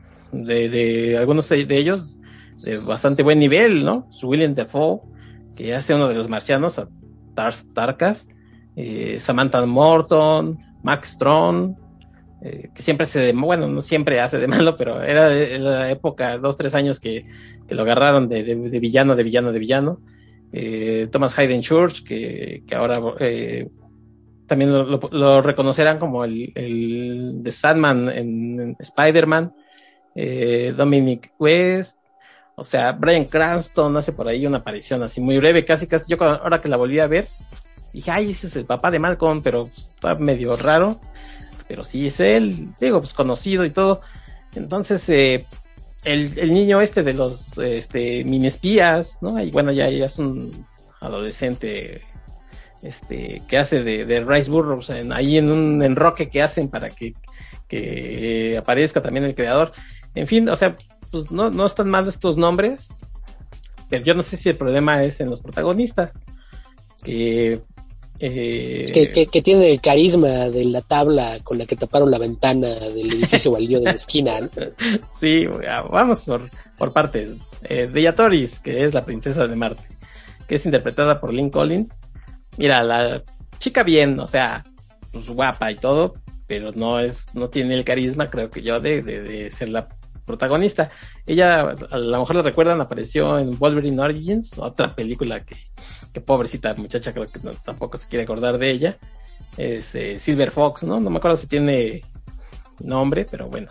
de algunos de ellos de bastante buen nivel, ¿no? William Dafoe, que hace uno de los marcianos, a Tarkas, Samantha Morton, Mark Strong, que siempre bueno, no siempre hace de malo, pero era de la época, 2-3 años que lo agarraron de villano. Thomas Hayden Church, que ahora también lo reconocerán como el de Sandman en Spider-Man, Dominic West, o sea, Bryan Cranston hace por ahí una aparición así muy breve, casi yo ahora que la volví a ver, dije, ay, ese es el papá de Malcolm, pero está medio raro, pero sí es él, digo, pues conocido y todo. Entonces, el niño de los mini espías, ¿no? Y bueno, ya es un adolescente que hace de Rice Burroughs ahí en un enroque que hacen para que aparezca también el creador. En fin, o sea, pues no están mal estos nombres, pero yo no sé si el problema es en los protagonistas, que tienen el carisma de la tabla con la que taparon la ventana del edificio baldío de la esquina, ¿no? Sí, vamos por partes. Deya Toris, que es la princesa de Marte, que es interpretada por Lynn Collins. Mira, la chica bien, o sea, pues guapa y todo, pero no tiene el carisma, creo que yo, de ser la protagonista. Ella, a lo mejor la recuerdan, apareció en Wolverine Origins, otra película que pobrecita muchacha, creo que tampoco se quiere acordar de ella. Es Silver Fox, ¿no? No me acuerdo si tiene nombre, pero bueno.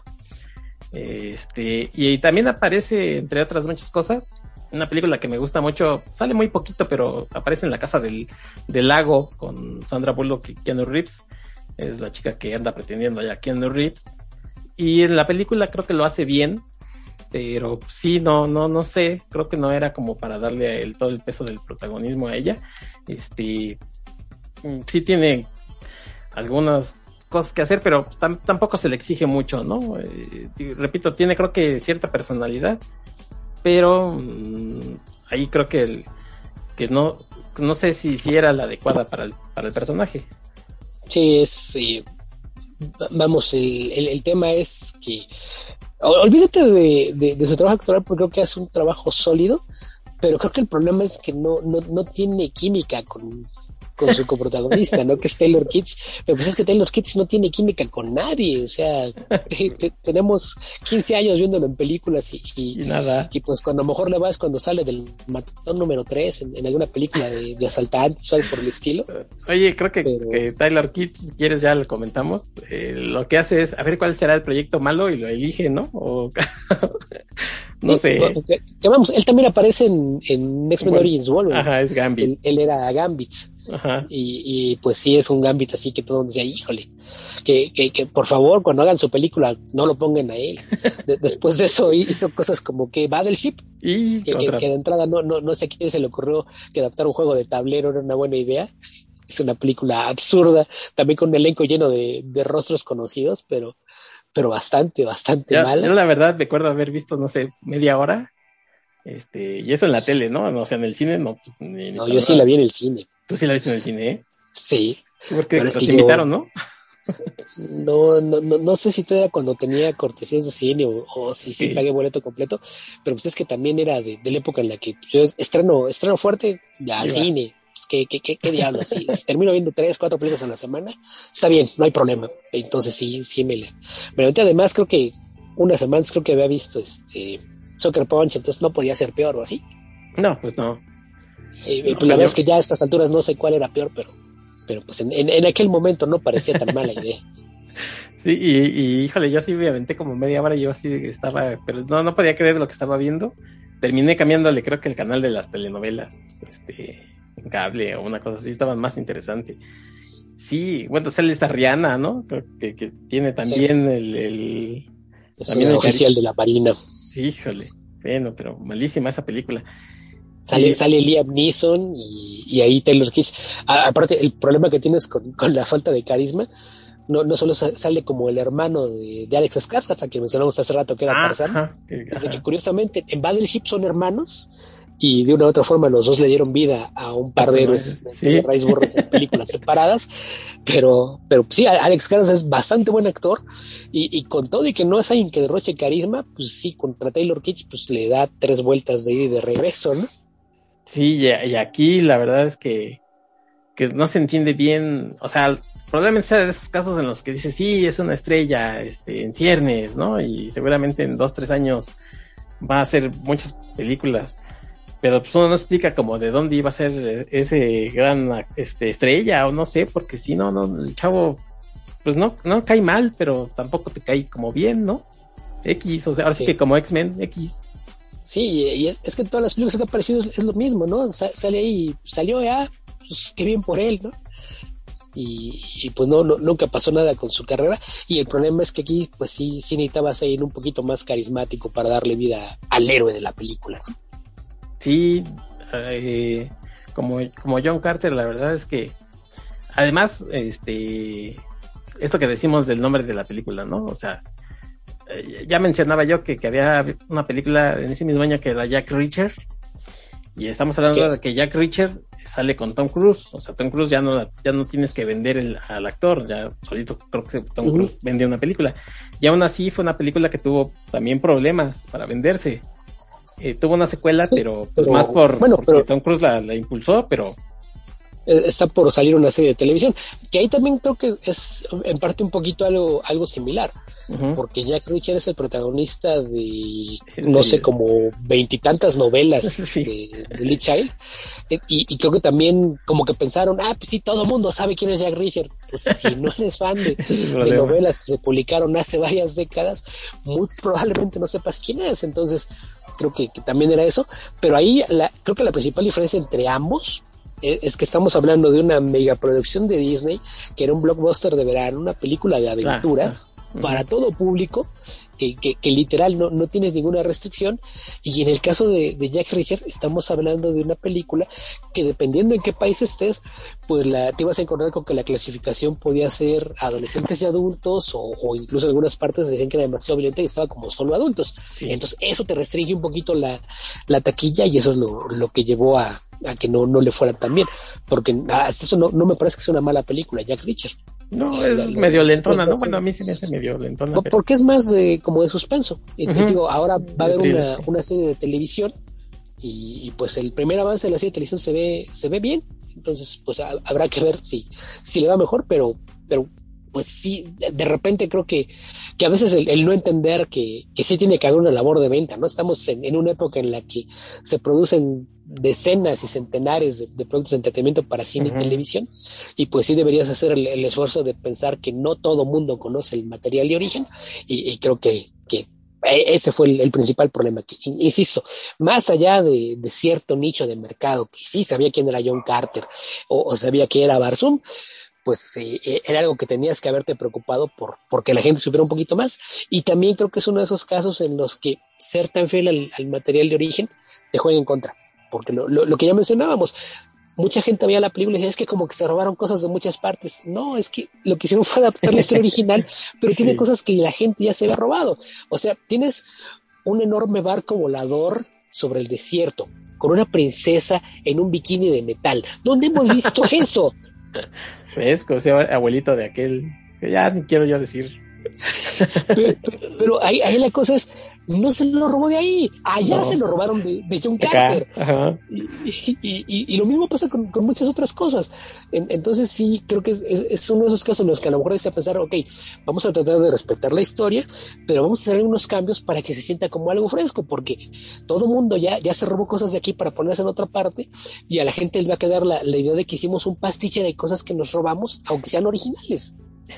Y también aparece, entre otras muchas cosas, una película que me gusta mucho, sale muy poquito, pero aparece en La Casa del Lago con Sandra Bullock y Keanu Reeves. Es la chica que anda pretendiendo allá a Keanu Reeves. Y en la película creo que lo hace bien, pero sí, no sé, creo que no era como para darle todo el peso del protagonismo a ella. Sí tiene algunas cosas que hacer, pero tampoco se le exige mucho, ¿no? Repito, tiene creo que cierta personalidad, pero ahí creo que no sé si era la adecuada para el personaje. Sí, vamos, el tema es que olvídate de su trabajo actoral, porque creo que hace un trabajo sólido, pero creo que el problema es que no tiene química con su coprotagonista, ¿no? Que es Taylor Kitsch. Pero pues es que Taylor Kitsch no tiene química con nadie, o sea, tenemos 15 años viéndolo en películas y nada. Y pues cuando mejor le va es cuando sale del matón número 3 en alguna película de asaltantes o algo por el estilo. Oye, creo que Taylor Kitsch, si quieres ya lo comentamos, lo que hace es a ver cuál será el proyecto malo y lo elige, ¿no? O no sé. Que vamos, él también aparece en X-Men Origins Wolverine. Ajá, es Gambit. Él era Gambit. Ajá. Y pues sí es un Gambit así que todo el mundo decía, híjole, que por favor cuando hagan su película no lo pongan a él. Después de eso hizo cosas como que Battleship, que de entrada no sé a quién se le ocurrió que adaptar un juego de tablero era una buena idea. Es una película absurda, también con un elenco lleno de rostros conocidos, pero bastante mala. Yo la verdad recuerdo haber visto, no sé, media hora, y eso en la tele, ¿no? O sea, en el cine no. No, yo sí la vi en el cine. ¿Tú sí la viste en el cine, eh? Sí. Porque los invitaron, ¿no? No sé si todavía cuando tenía cortesías de cine o si sí pagué boleto completo, pero pues es que también era de la época en la que yo estreno fuerte ya al cine. Pues ¿qué diablos? Si termino viendo 3-4 películas a la semana, está bien, no hay problema. Entonces sí me aventé. Además creo que unas semanas creo que había visto Sucker Punch, entonces no podía ser peor o así. No, pues no. Pues la verdad es que ya a estas alturas no sé cuál era peor, pero pues en aquel momento no parecía tan mala idea. Sí, y híjole, yo sí me aventé como media hora, yo así estaba, pero no podía creer lo que estaba viendo. Terminé cambiándole, creo que el canal de las telenovelas, en cable o una cosa así, estaba más interesante. Sí, bueno, sale esta Rihanna, ¿no? Creo que tiene también el también el oficial de la Marina. Híjole, bueno, pero malísima esa película. Sale Liam Neeson y ahí Taylor Kitsch. Aparte, el problema que tienes con la falta de carisma, no solo sale como el hermano de Alex Skarsgård, a quien mencionamos hace rato, que era Tarzán. Desde que curiosamente en Battleship son hermanos y de una u otra forma los dos le dieron vida a un par de héroes de Rice Burroughs en películas separadas, pero sí, Alex Skarsgård es bastante buen actor y con todo y que no es alguien que derroche carisma, pues sí, contra Taylor Kitsch pues le da 3 vueltas de ida y de regreso, ¿no? Sí, y aquí la verdad es que no se entiende bien, o sea, probablemente sea de esos casos en los que dices, sí, es una estrella en ciernes, ¿no? Y seguramente en 2-3 años va a hacer muchas películas, pero pues uno no explica como de dónde iba a ser ese gran estrella, o no sé, porque si no, el chavo, pues no cae mal, pero tampoco te cae como bien, ¿no? X, o sea, ahora sí que como X-Men, X. Sí, y es que todas las películas que han aparecido es lo mismo, ¿no? Sale ahí, salió ya, pues qué bien por él, ¿no? Y pues nunca pasó nada con su carrera, y el problema es que aquí pues sí necesitabas ir un poquito más carismático para darle vida al héroe de la película. Sí, como John Carter, la verdad es que además, esto que decimos del nombre de la película, ¿no? O sea, ya mencionaba yo que había una película en ese mismo año que era Jack Reacher, y estamos hablando de que Jack Reacher sale con Tom Cruise. O sea, Tom Cruise ya no tienes que vender al actor, ya solito creo que Tom Cruise vendió una película, y aún así fue una película que tuvo también problemas para venderse. Tuvo una secuela, sí, pero más porque Tom Cruise la impulsó, pero está por salir una serie de televisión, que ahí también creo que es en parte un poquito algo similar, porque Jack Reacher es el protagonista de, no sé, como 20 y tantas novelas sí, de Lee Child, y creo que también como que pensaron, pues sí, todo el mundo sabe quién es Jack Reacher. Pues si no eres fan de novelas que se publicaron hace varias décadas, muy probablemente no sepas quién es. Entonces creo que también era eso, pero ahí creo que la principal diferencia entre ambos es que estamos hablando de una megaproducción de Disney, que era un blockbuster de verano, una película de aventuras para todo público, que literal no tienes ninguna restricción. Y en el caso de Jack Reacher estamos hablando de una película que, dependiendo en qué país estés, pues te ibas a encontrar con que la clasificación podía ser adolescentes y adultos, o incluso en algunas partes decían que era demasiado violenta y estaba como solo adultos. Sí. Entonces eso te restringe un poquito la taquilla, y eso es lo que llevó a que no le fuera tan bien, porque eso no me parece que sea una mala película, Jack Reacher. No, es medio lentona, ¿no? Bueno, a mí se me hace medio lentona. Porque es más como de suspenso. Y digo, ahora va a haber una serie de televisión, y pues el primer avance de la serie de televisión se ve bien. Entonces, pues habrá que ver si le va mejor, pero pues sí, de repente creo que a veces el no entender que sí tiene que haber una labor de venta, ¿no? Estamos en una época en la que se producen decenas y centenares de productos de entretenimiento para cine y televisión, y pues sí deberías hacer el esfuerzo de pensar que no todo mundo conoce el material de origen, y creo que ese fue el principal problema, que, insisto, más allá de cierto nicho de mercado que sí sabía quién era John Carter o sabía quién era Barzoom, pues era algo que tenías que haberte preocupado porque la gente supiera un poquito más. Y también creo que es uno de esos casos en los que ser tan fiel al material de origen te juega en contra, porque lo que ya mencionábamos, mucha gente veía la película y decía, es que como que se robaron cosas de muchas partes. No, es que lo que hicieron fue adaptar la historia original, pero tiene cosas que la gente ya se había robado. O sea, tienes un enorme barco volador sobre el desierto con una princesa en un bikini de metal. ¿Dónde hemos visto eso? ¿Ves? Como sea abuelito de aquel, que ya ni quiero yo decir. Pero ahí la cosa es, no se lo robó de ahí, allá se lo robaron de John Carter. Y lo mismo pasa con muchas otras cosas. Entonces sí, creo que es uno de esos casos en los que a lo mejor es a pensar, ok, vamos a tratar de respetar la historia, pero vamos a hacer algunos cambios para que se sienta como algo fresco, porque todo mundo ya se robó cosas de aquí para ponerse en otra parte, y a la gente le va a quedar la idea de que hicimos un pastiche de cosas que nos robamos, aunque sean originales.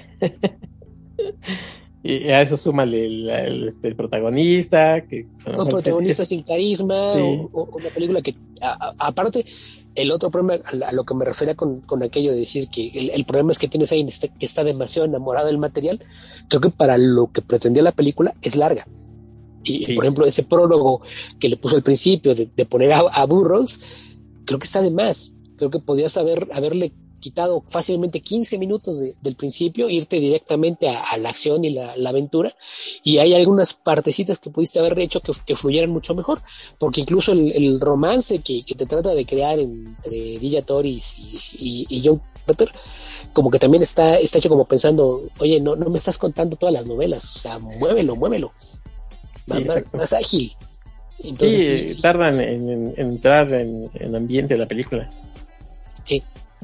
Y a eso súmale el protagonista. Los protagonistas sin carisma, sí. o una película que, aparte, el otro problema a lo que me refería con aquello de decir que el problema es que tienes ahí que está demasiado enamorado del material. Creo que para lo que pretendía la película es larga. Y, por ejemplo, ese prólogo que le puso al principio de poner a Burroughs, creo que está de más. Creo que podías haberle quitado fácilmente 15 minutos del principio, irte directamente a la acción y la aventura, y hay algunas partecitas que pudiste haber hecho que fluyeran mucho mejor, porque incluso el romance que te trata de crear entre Dilla Toris y John Carter, como que también está hecho como pensando, oye, no me estás contando todas las novelas, o sea, muévelo, más ágil. Entonces, sí, tardan en entrar en el ambiente de la película. Sí.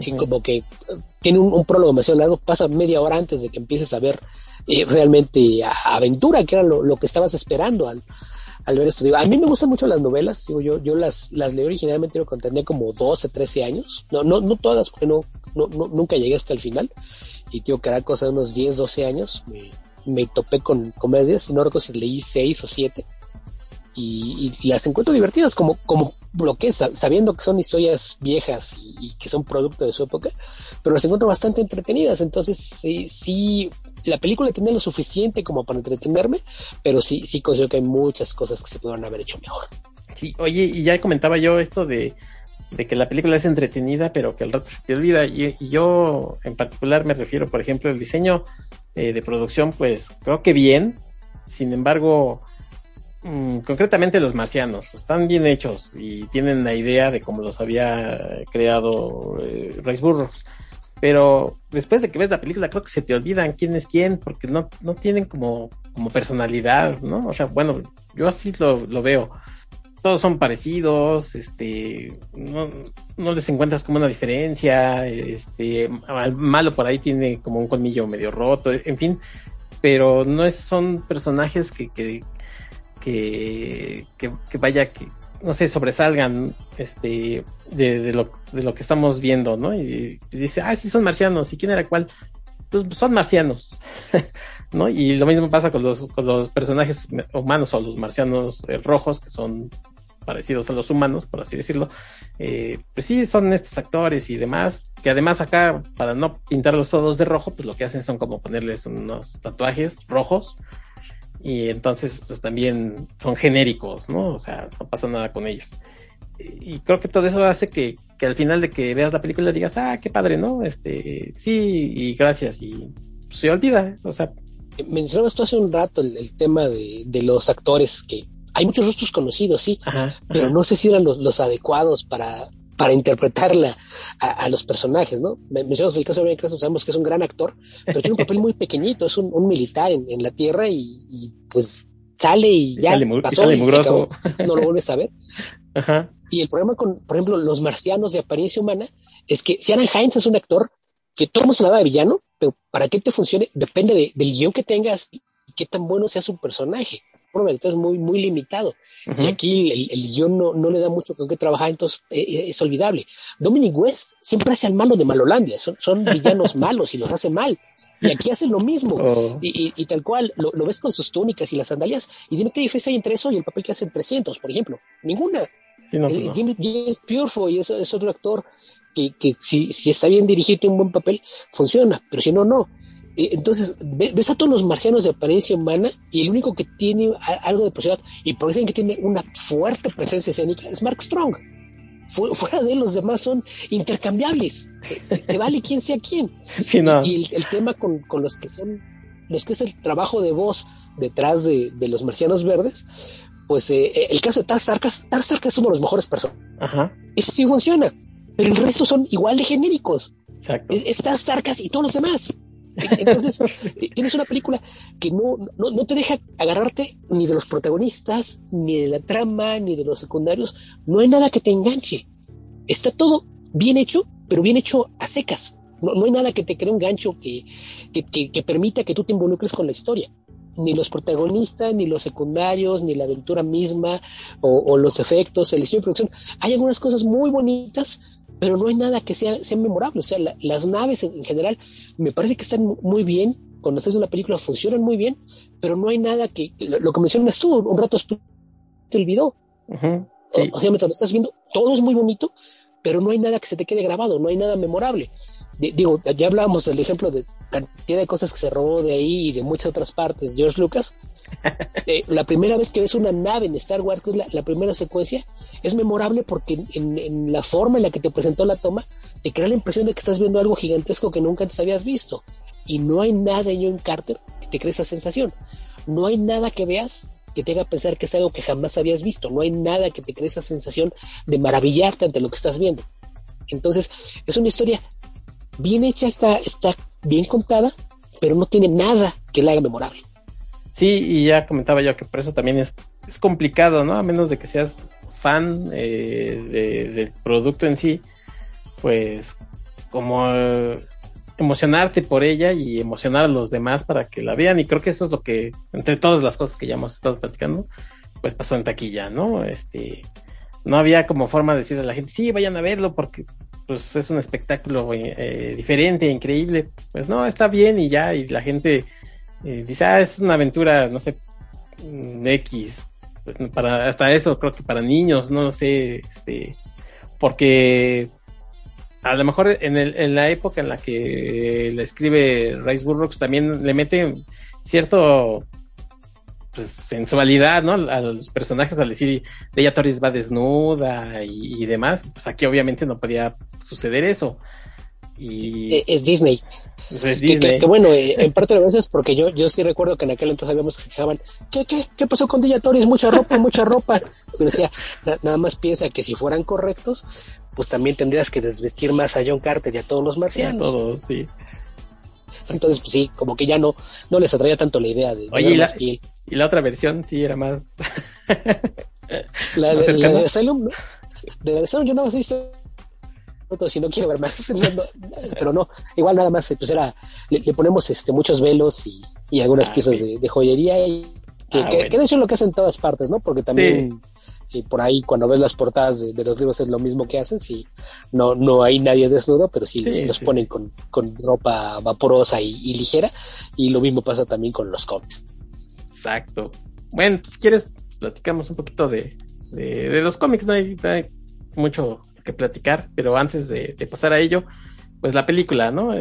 Sí, como que tiene un prólogo demasiado largo, pasa media hora antes de que empieces a ver realmente aventura, que era lo que estabas esperando al ver esto. Digo, a mí me gustan mucho las novelas, digo, yo las leí originalmente cuando tenía como 12, 13 años, no todas, porque nunca llegué hasta el final, y digo que era cosa de unos 10, 12 años, me topé con comedias, y no recuerdo si leí 6 o 7, y las encuentro divertidas como lo que es, sabiendo que son historias viejas y que son producto de su época, pero las encuentro bastante entretenidas. Entonces sí, la película tiene lo suficiente como para entretenerme, pero sí considero que hay muchas cosas que se pudieron haber hecho mejor. Sí, oye, y ya comentaba yo esto de que la película es entretenida, pero que al rato se te olvida, y yo en particular me refiero, por ejemplo, al diseño de producción, pues creo que bien. Sin embargo, concretamente los marcianos están bien hechos y tienen la idea de cómo los había creado Rex Burroughs, pero después de que ves la película creo que se te olvidan quién es quién, porque no tienen como personalidad, ¿no? O sea, bueno, yo así lo veo. Todos son parecidos, no les encuentras como una diferencia, al malo por ahí tiene como un colmillo medio roto, en fin, pero son personajes que vaya, que no sé, sobresalgan de lo que estamos viendo, ¿no? Y dice, sí son marcianos, ¿y quién era cuál? Pues son marcianos, ¿no? Y lo mismo pasa con los personajes humanos o los marcianos rojos, que son parecidos a los humanos, por así decirlo. Pues sí, son estos actores y demás, que además acá, para no pintarlos todos de rojo, pues lo que hacen son como ponerles unos tatuajes rojos, y entonces pues, también son genéricos, ¿no? O sea, no pasa nada con ellos. Y creo que todo eso hace que al final de que veas la película digas, qué padre, ¿no? Sí, y gracias, y se olvida, o sea. Mencionabas tú hace un rato el tema de los actores, que hay muchos rostros conocidos, sí, pero no sé si eran los adecuados para interpretarla a los personajes, ¿no? Mencionamos el caso de Bryan Cranston, sabemos que es un gran actor, pero tiene un papel muy pequeñito, es un militar en la tierra y pues sale y ya pasó y se acabó, no lo vuelves a ver. Ajá. Y el problema con, por ejemplo, los marcianos de apariencia humana es que Ciarán Hinds es un actor que todo el mundo se la da de villano, pero para que te funcione depende del guión que tengas y qué tan bueno sea su personaje. Bueno, entonces es muy limitado. Uh-huh. Y aquí el guión no le da mucho con qué trabajar, entonces es olvidable. Dominic West siempre hace al malo de Malolandia, son villanos malos y los hace mal. Y aquí hacen lo mismo. Y tal cual, lo ves con sus túnicas y las sandalias, y dime qué diferencia hay entre eso y el papel que hace en 300, por ejemplo. Ninguna. Sí, no. James Purefoy es otro actor que si está bien dirigido y tiene un buen papel, funciona, pero si no. Entonces ves a todos los marcianos de apariencia humana y el único que tiene algo de posibilidad y por eso dicen que tiene una fuerte presencia escénica es Mark Strong. Fuera de él, los demás son intercambiables, te vale quién sea quién. Sí, no. Y el tema con los que es el trabajo de voz detrás de los marcianos verdes, pues el caso de Tar Sarkis es uno de los mejores personajes. Ajá. Ese sí funciona, pero el resto son igual de genéricos. Exacto. Es Tar Sarkis y todos los demás. Entonces tienes una película que no te deja agarrarte ni de los protagonistas, ni de la trama, ni de los secundarios. No hay nada que te enganche. Está todo bien hecho, pero bien hecho a secas. No hay nada que te cree un gancho que permita que tú te involucres con la historia. Ni los protagonistas, ni los secundarios, ni la aventura misma, o los efectos, el diseño de producción. Hay algunas cosas muy bonitas, pero no hay nada que sea memorable. O sea, las naves en general me parece que están muy bien. Cuando estás en una película funcionan muy bien, pero no hay nada que lo que mencionas tú, un rato te olvidó. Uh-huh, sí. O sea, mientras lo estás viendo, todo es muy bonito, pero no hay nada que se te quede grabado, no hay nada memorable. Digo, ya hablábamos del ejemplo de cantidad de cosas que se robó de ahí y de muchas otras partes, George Lucas. La primera vez que ves una nave en Star Wars, que es la primera secuencia, es memorable porque en la forma en la que te presentó la toma, te crea la impresión de que estás viendo algo gigantesco que nunca antes habías visto. Y no hay nada en John Carter que te cree esa sensación. No hay nada que veas que te haga pensar que es algo que jamás habías visto. No hay nada que te cree esa sensación de maravillarte ante lo que estás viendo. Entonces, es una historia bien hecha, está bien contada, pero no tiene nada que la haga memorable. Sí, y ya comentaba yo que por eso también es complicado, ¿no? A menos de que seas fan del producto en sí, pues como emocionarte por ella y emocionar a los demás para que la vean, y creo que eso es lo que, entre todas las cosas que ya hemos estado platicando, pues pasó en taquilla, ¿no? No había como forma de decirle a la gente, sí, vayan a verlo porque pues es un espectáculo diferente, increíble. Pues no, está bien y ya, y la gente dice, es una aventura, no sé, X, pues, hasta eso creo que para niños, no lo sé, porque a lo mejor en la época en la que le escribe Rice Burroughs también le mete cierto, pues, sensualidad, ¿no? A los personajes, al decir Bella Torres va desnuda y demás, pues aquí obviamente no podía suceder eso. Y es Disney. Es Disney. Que bueno, en parte de veces, porque yo sí recuerdo que en aquel entonces habíamos que se quejaban, ¿qué pasó con Bella Torres? Mucha ropa. Yo decía, nada más piensa que si fueran correctos, pues también tendrías que desvestir más a John Carter y a todos los marcianos. A todos, sí. Entonces, pues sí, como que ya no les atraía tanto la idea de ver más piel. Y la otra versión sí era más... la de Asylum, ¿no? De la Asylum yo nada más he visto, si no quiero ver más, pero no, igual nada más, pues le ponemos muchos velos y algunas piezas de joyería y que de hecho es lo que hacen en todas partes, ¿no? Porque también por ahí cuando ves las portadas de los libros es lo mismo que hacen, sí, no hay nadie desnudo, pero sí los ponen con ropa vaporosa y ligera, y lo mismo pasa también con los cómics. Exacto. Bueno, pues, si quieres platicamos un poquito de los cómics, no hay mucho que platicar, pero antes de pasar a ello, pues la película, ¿no?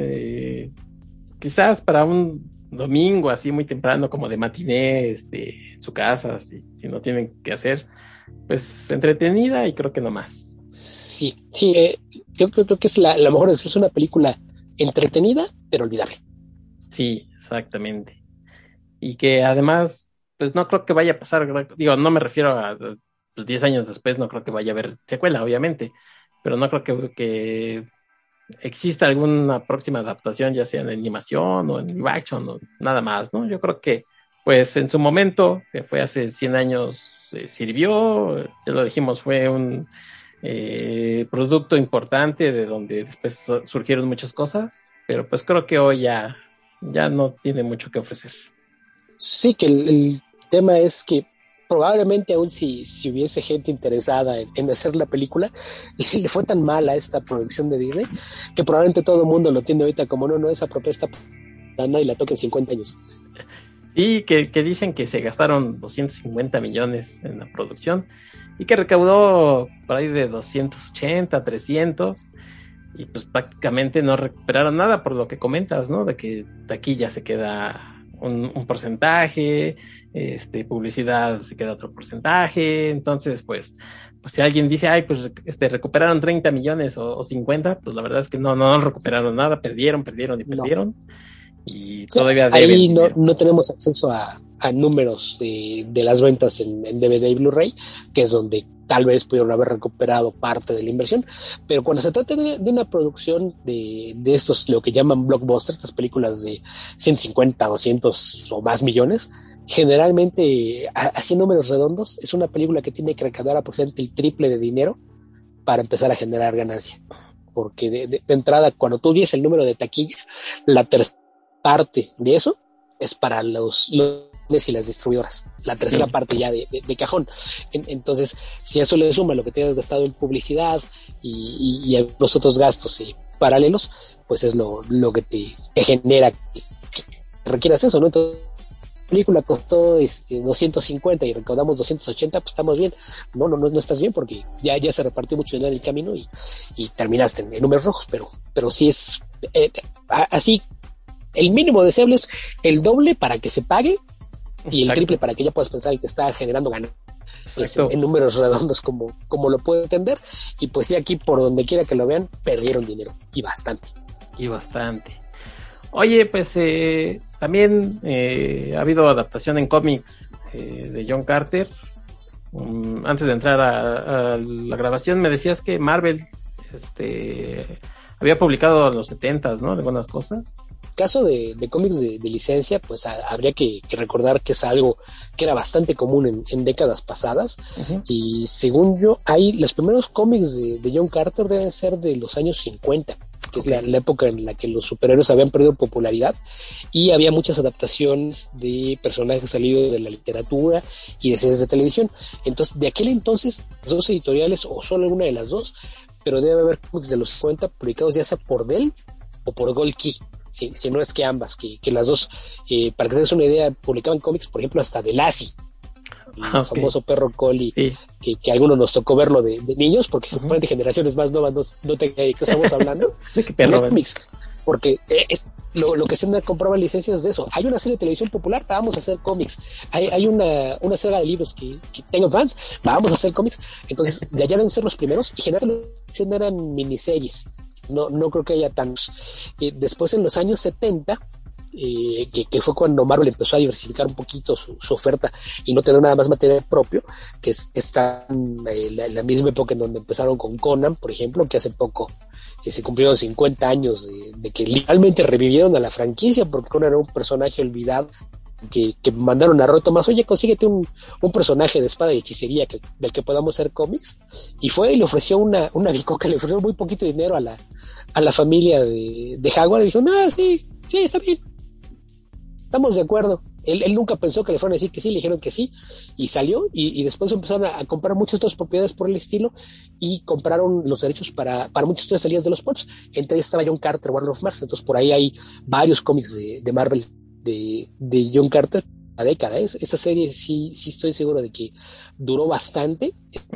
Quizás para un domingo así muy temprano, como de matiné, en su casa, si no tienen que hacer, pues entretenida, y creo que no más. Sí, yo creo que es la mejor, es una película entretenida, pero olvidable. Sí, exactamente. Y que además, pues no creo que vaya a pasar, digo, no me refiero a pues 10 años después, no creo que vaya a haber secuela, obviamente, pero no creo que exista alguna próxima adaptación, ya sea en animación o en live action o nada más, ¿no? Yo creo que, pues en su momento, que fue hace 100 años, sirvió, ya lo dijimos, fue un producto importante de donde después surgieron muchas cosas, pero pues creo que hoy ya no tiene mucho que ofrecer. Sí, que el tema es que probablemente aún si hubiese gente interesada en hacer la película, le fue tan mala esta producción de Disney que probablemente todo el mundo lo tiene ahorita como no, esa propuesta y la toca en 50 años. Y que dicen que se gastaron 250 millones en la producción y que recaudó por ahí de 280, 300, y pues prácticamente no recuperaron nada, por lo que comentas, ¿no? De que taquilla se queda un porcentaje, publicidad se queda otro porcentaje, entonces pues si alguien dice, pues recuperaron 30 millones o 50, pues la verdad es que no recuperaron nada, perdieron. No. Y todavía ahí no tenemos acceso a números de las ventas en DVD y Blu-ray, que es donde tal vez pudieron haber recuperado parte de la inversión, pero cuando se trata de una producción de estos, lo que llaman blockbusters, estas películas de 150, 200 o más millones, generalmente, así en números redondos, es una película que tiene que recaudar aproximadamente el triple de dinero para empezar a generar ganancia, porque de entrada, cuando tú dices el número de taquilla, la tercera parte de eso es para los y las distribuidoras, la tercera parte ya de cajón. Entonces, si a eso le suma lo que te has gastado en publicidad y los otros gastos paralelos, pues es lo que te genera que requieras eso, ¿no? Entonces, la película costó 250 y recaudamos 280, pues estamos bien. No estás bien, porque ya se repartió mucho dinero en el camino y terminaste en números rojos, pero sí es así. El mínimo deseable es el doble para que se pague y el triple para que ya puedas pensar que está generando ganancias en números redondos, como lo puedo entender. Y pues sí, aquí por donde quiera que lo vean, perdieron dinero y bastante. Oye, pues también ha habido adaptación en cómics de John Carter. Antes de entrar a la grabación me decías que Marvel había publicado en los 70s, ¿no? Algunas cosas. Caso de cómics de licencia, pues habría que recordar que es algo que era bastante común en décadas pasadas. Uh-huh. Y según yo, los primeros cómics de John Carter deben ser de los años 50. que es la época en la que los superhéroes habían perdido popularidad y había muchas adaptaciones de personajes salidos de la literatura y de series de televisión. Entonces, de aquel entonces, las dos editoriales, o solo alguna de las dos, pero debe haber cómics de los 50 publicados ya sea por Dell o por Gold Key, si no es que ambas, que las dos, para que se des una idea, publicaban cómics, por ejemplo, hasta de Lassie, el famoso perro Collie, que a algunos nos tocó verlo de niños, porque de generaciones más nuevas no te ¿qué estamos hablando? ¿De qué perro? Cómics, porque es lo que se me compraban licencias de eso. Hay una serie de televisión popular, vamos a hacer cómics. Hay una saga de libros que tengan fans, vamos a hacer cómics. Entonces, de allá deben ser los primeros, y generalmente eran miniseries. No creo que haya tantos. Después, en los años 70, que fue cuando Marvel empezó a diversificar un poquito su oferta y no tener nada más material propio, que está la misma época en donde empezaron con Conan, por ejemplo, que hace poco se cumplieron 50 años de que literalmente revivieron a la franquicia, porque Conan era un personaje olvidado que mandaron a Roy Thomas, oye, consíguete un personaje de espada y hechicería del que podamos hacer cómics, y fue y le ofreció una bicoca, le ofreció muy poquito dinero a la familia de Jaguar, y dijo, sí, está bien, estamos de acuerdo. Él nunca pensó que le fueran a decir que sí, le dijeron que sí, y salió, y después empezaron a comprar muchas otras propiedades por el estilo, y compraron los derechos para muchas otras salidas de los pulps. Entre ellas estaba John Carter, War of Mars. Entonces por ahí hay varios cómics de Marvel de John Carter, la década. Esa serie sí estoy seguro de que duró bastante.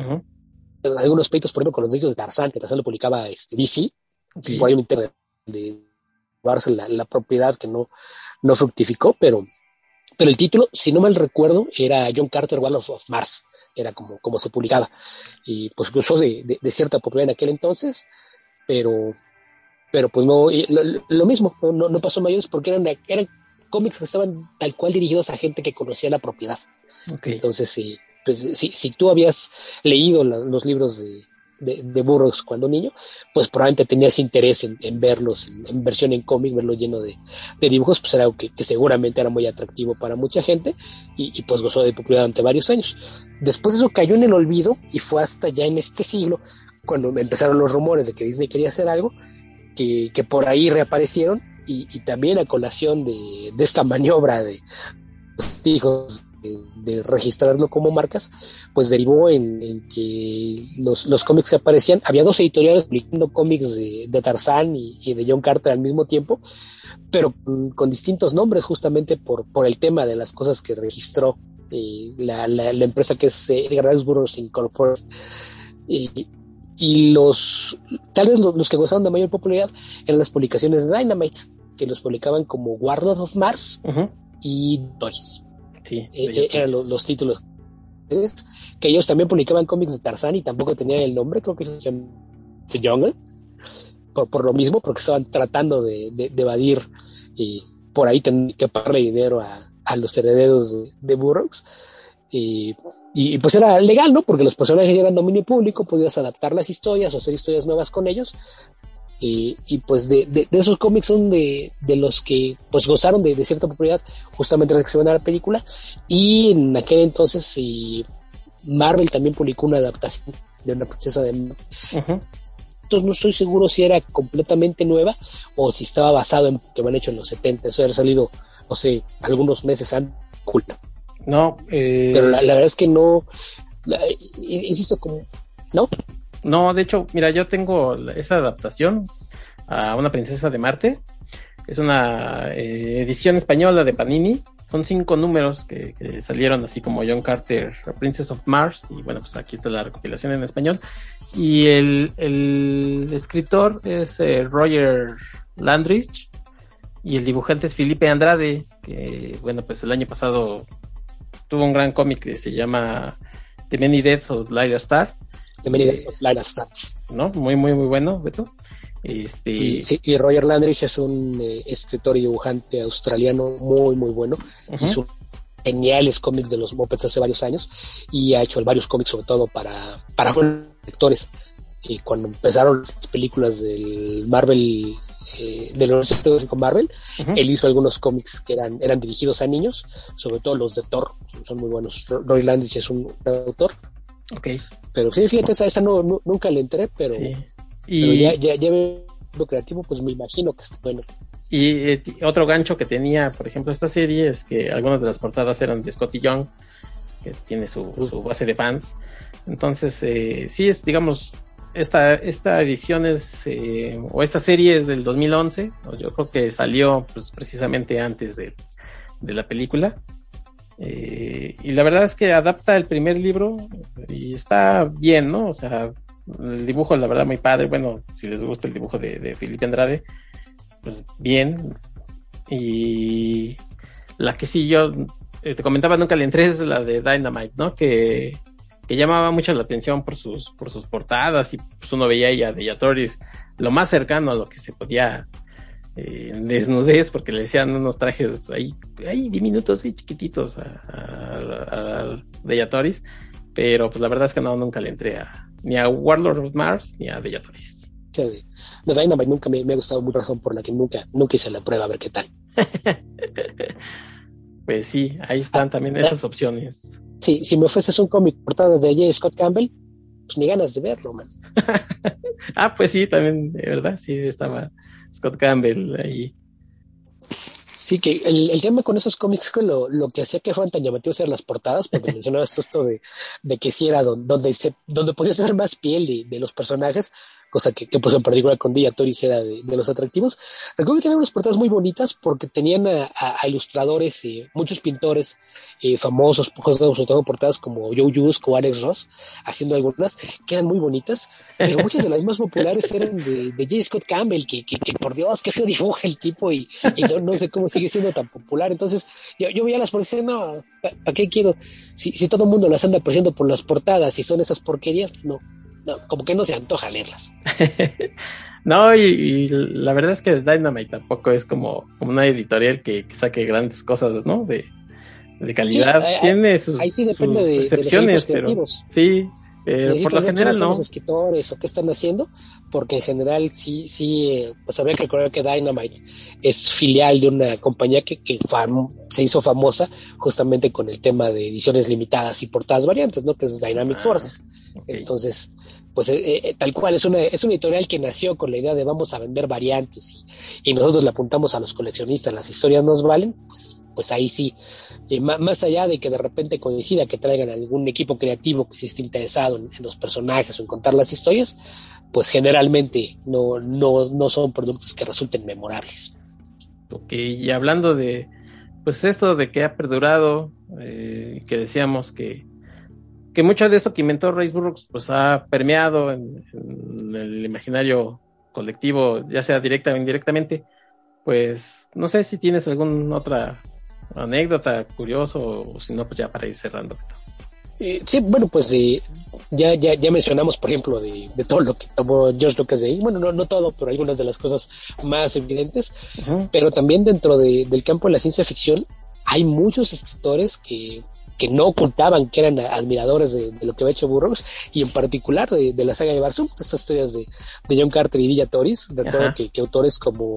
Algunos pleitos, por ejemplo, con los derechos de Tarzán, que Tarzán lo publicaba DC, y por ahí un intento de llevarse la propiedad que no fructificó, pero el título, si no mal recuerdo, era John Carter, War of Mars, era como se publicaba, y pues gozó de cierta popularidad en aquel entonces, pero pues no, lo mismo, no pasó mayores, porque eran cómics que estaban tal cual dirigidos a gente que conocía la propiedad. Entonces, pues, si tú habías leído los libros de Burroughs cuando niño, pues probablemente tenías interés en verlos en versión en cómic, verlo lleno de dibujos, pues era algo que seguramente era muy atractivo para mucha gente, y pues gozó de popularidad durante varios años. Después eso cayó en el olvido, y fue hasta ya en este siglo cuando empezaron los rumores de que Disney quería hacer algo, que por ahí reaparecieron, y también a colación de esta maniobra de hijos de registrarlo como marcas, pues derivó en que los cómics que aparecían, había dos editoriales publicando cómics de Tarzán y de John Carter al mismo tiempo, pero con distintos nombres, justamente por el tema de las cosas que registró la empresa, que es Edgar Rice Burroughs Incorporated. Y tal vez los que gozaron de mayor popularidad eran las publicaciones de Dynamite, que los publicaban como Warlord of Mars y Toys. Sí, eran los títulos, que ellos también publicaban cómics de Tarzán y tampoco tenían el nombre, creo que se llama The Jungle, por lo mismo, porque estaban tratando de evadir, y por ahí tenían que pagarle dinero a los herederos de Burroughs. Y pues era legal, ¿no? Porque los personajes eran dominio público, podías adaptar las historias o hacer historias nuevas con ellos. Y pues de esos cómics son de los que pues gozaron de cierta popularidad justamente desde que se van a la película. Y en aquel entonces Marvel también publicó una adaptación de una princesa de entonces no estoy seguro si era completamente nueva o si estaba basado en que habían hecho en los 70. Eso había salido, no sé, algunos meses antes. No, pero la verdad es que no, insisto, como no, de hecho, mira, yo tengo esa adaptación a Una princesa de Marte. Es una edición española de Panini. Son 5 números que salieron así como John Carter, Princess of Mars, y bueno, pues aquí está la recopilación en español. Y el escritor es Roger Landrich, y el dibujante es Felipe Andrade, que bueno, pues el año pasado tuvo un gran cómic que se llama The Many Deaths of Lila Starr. The Many Deaths of Lila Starr, ¿no? Muy, muy, muy bueno, Beto. Sí, y Roger Landrich es un escritor y dibujante australiano muy, muy bueno. Hizo geniales cómics de los Muppets hace varios años, y ha hecho varios cómics sobre todo para lectores. Y cuando empezaron las películas del Marvel, del universo con Marvel, él hizo algunos cómics que eran dirigidos a niños, sobre todo los de Thor, son muy buenos. Roy Landrich es un autor. Okay. Pero sí, fíjate, esa nunca le entré, pero, sí. Pero ya veo creativo, pues me imagino que está bueno. Y otro gancho que tenía, por ejemplo, esta serie es que algunas de las portadas eran de Scotty Young, que tiene su base de fans. Entonces, sí es, digamos, esta edición es, o esta serie es del 2011, yo creo que salió pues precisamente antes de la película. Y la verdad es que adapta el primer libro y está bien, ¿no? O sea, el dibujo, la verdad, muy padre. Bueno, si les gusta el dibujo de Felipe Andrade, pues bien. Y la que sí yo te comentaba, nunca le entré, es la de Dynamite, ¿no? Que llamaba mucho la atención por sus portadas, y pues uno veía ahí a Deyatoris lo más cercano a lo que se podía desnudez, porque le decían unos trajes ahí diminutos y chiquititos a Deyatoris, pero pues la verdad es que nunca le entré ni a Warlord of Mars ni a Deyatoris. De Dynamite nunca me ha gustado, mucha razón por la que nunca hice la prueba a ver qué tal. Pues sí, ahí están también esas opciones. Sí, si me ofreces un cómic portada de J. Scott Campbell, pues ni ganas de verlo, man. Pues sí, también, de verdad, sí estaba Scott Campbell ahí. Sí, que el tema con esos cómics, que lo que hacía que fueran tan llamativos eran las portadas, porque mencionabas esto de que sí era donde podías ver más piel de los personajes, cosa que pues en particular con Deyatoris era de los atractivos. Recuerdo que tenían unas portadas muy bonitas porque tenían a ilustradores, muchos pintores famosos, sobre todo portadas como Joe Yusko o Alex Ross, haciendo algunas que eran muy bonitas, pero muchas de las más populares eran de J. Scott Campbell, que por Dios, qué feo dibuja el tipo, y yo no sé cómo sigue siendo tan popular. Entonces yo veía las portadas y decía, no, ¿para qué quiero? Si todo el mundo las anda apreciando por las portadas y son esas porquerías, no, como que no se antoja leerlas. No, y la verdad es que Dynamite tampoco es como una editorial que saque grandes cosas, ¿no? De calidad. Sí, tiene sus, ahí sí depende sus excepciones, pero sí, por lo general no. Los escritores o qué están haciendo, porque en general sí, pues habría que recordar que Dynamite es filial de una compañía que se hizo famosa justamente con el tema de ediciones limitadas y portadas variantes, ¿no? Que es Dynamic Forces. Okay. Entonces, pues tal cual, es una editorial que nació con la idea de vamos a vender variantes y nosotros le apuntamos a los coleccionistas, las historias nos valen, pues ahí sí, más allá de que de repente coincida que traigan algún equipo creativo que sí esté interesado en los personajes o en contar las historias, pues generalmente no son productos que resulten memorables. Ok, y hablando de pues esto de que ha perdurado, que decíamos que mucho de esto que inventó Ray Burroughs pues ha permeado en el imaginario colectivo, ya sea directa o indirectamente, pues no sé si tienes alguna otra anécdota curioso, o si no, pues ya para ir cerrando. Sí, bueno, pues ya mencionamos, por ejemplo, de todo lo que tomó George Lucas de ahí. Bueno, no todo, pero algunas de las cosas más evidentes. Uh-huh. Pero también dentro del campo de la ciencia ficción hay muchos escritores que no ocultaban que eran admiradores de lo que había hecho Burroughs, y en particular de la saga de Barsoom, estas historias de John Carter y Deyatoris. Recuerdo que autores como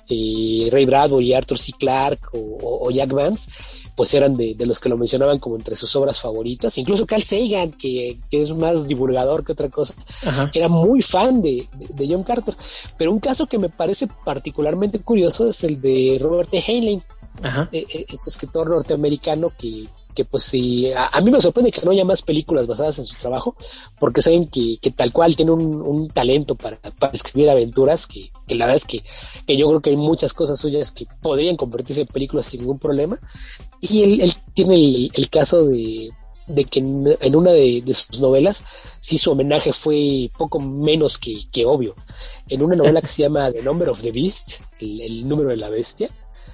Ray Bradbury, Arthur C. Clarke o Jack Vance, pues eran de los que lo mencionaban como entre sus obras favoritas. Incluso Carl Sagan, que es más divulgador que otra cosa, uh-huh, era muy fan de John Carter. Pero un caso que me parece particularmente curioso es el de Robert T. Heinlein, uh-huh, este escritor norteamericano que pues sí, a mí me sorprende que no haya más películas basadas en su trabajo, porque saben que tal cual tiene un talento para escribir aventuras, que la verdad es que yo creo que hay muchas cosas suyas que podrían convertirse en películas sin ningún problema. Y él tiene el caso de que en una de sus novelas sí su homenaje fue poco menos que obvio. En una novela que se llama The Number of the Beast, el número de la bestia,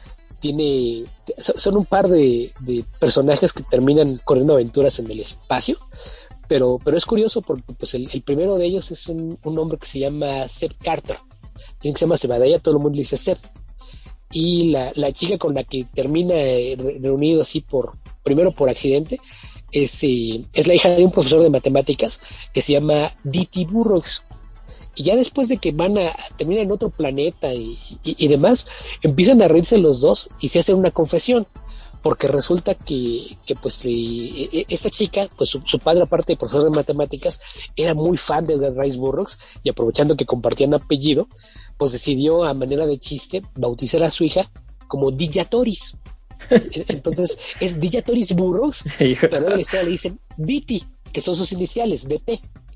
son un par de personajes que terminan corriendo aventuras en el espacio, pero es curioso porque pues el primero de ellos es un hombre que se llama Seb Carter, que se llama Sebadaya, todo el mundo le dice Seb, y la chica con la que termina reunido así primero por accidente es la hija de un profesor de matemáticas que se llama D.T. Burroughs. Y ya después de que terminan en otro planeta y demás, empiezan a reírse los dos y se hacen una confesión, porque resulta que pues esta chica, pues su padre, aparte de profesor de matemáticas, era muy fan de Edgar Rice Burroughs, y aprovechando que compartían apellido, pues decidió a manera de chiste bautizar a su hija como Dillatoris. Entonces es Dillatoris Burroughs, pero en la historia le dicen Viti, que son sus iniciales, DT.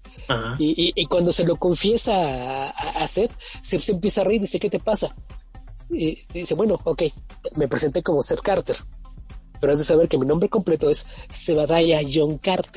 Y cuando se lo confiesa a Seb, Seb se empieza a reír y dice, ¿qué te pasa? Dice, bueno, ok, me presenté como Seb Carter, pero has de saber que mi nombre completo es Sebadiah John Carter.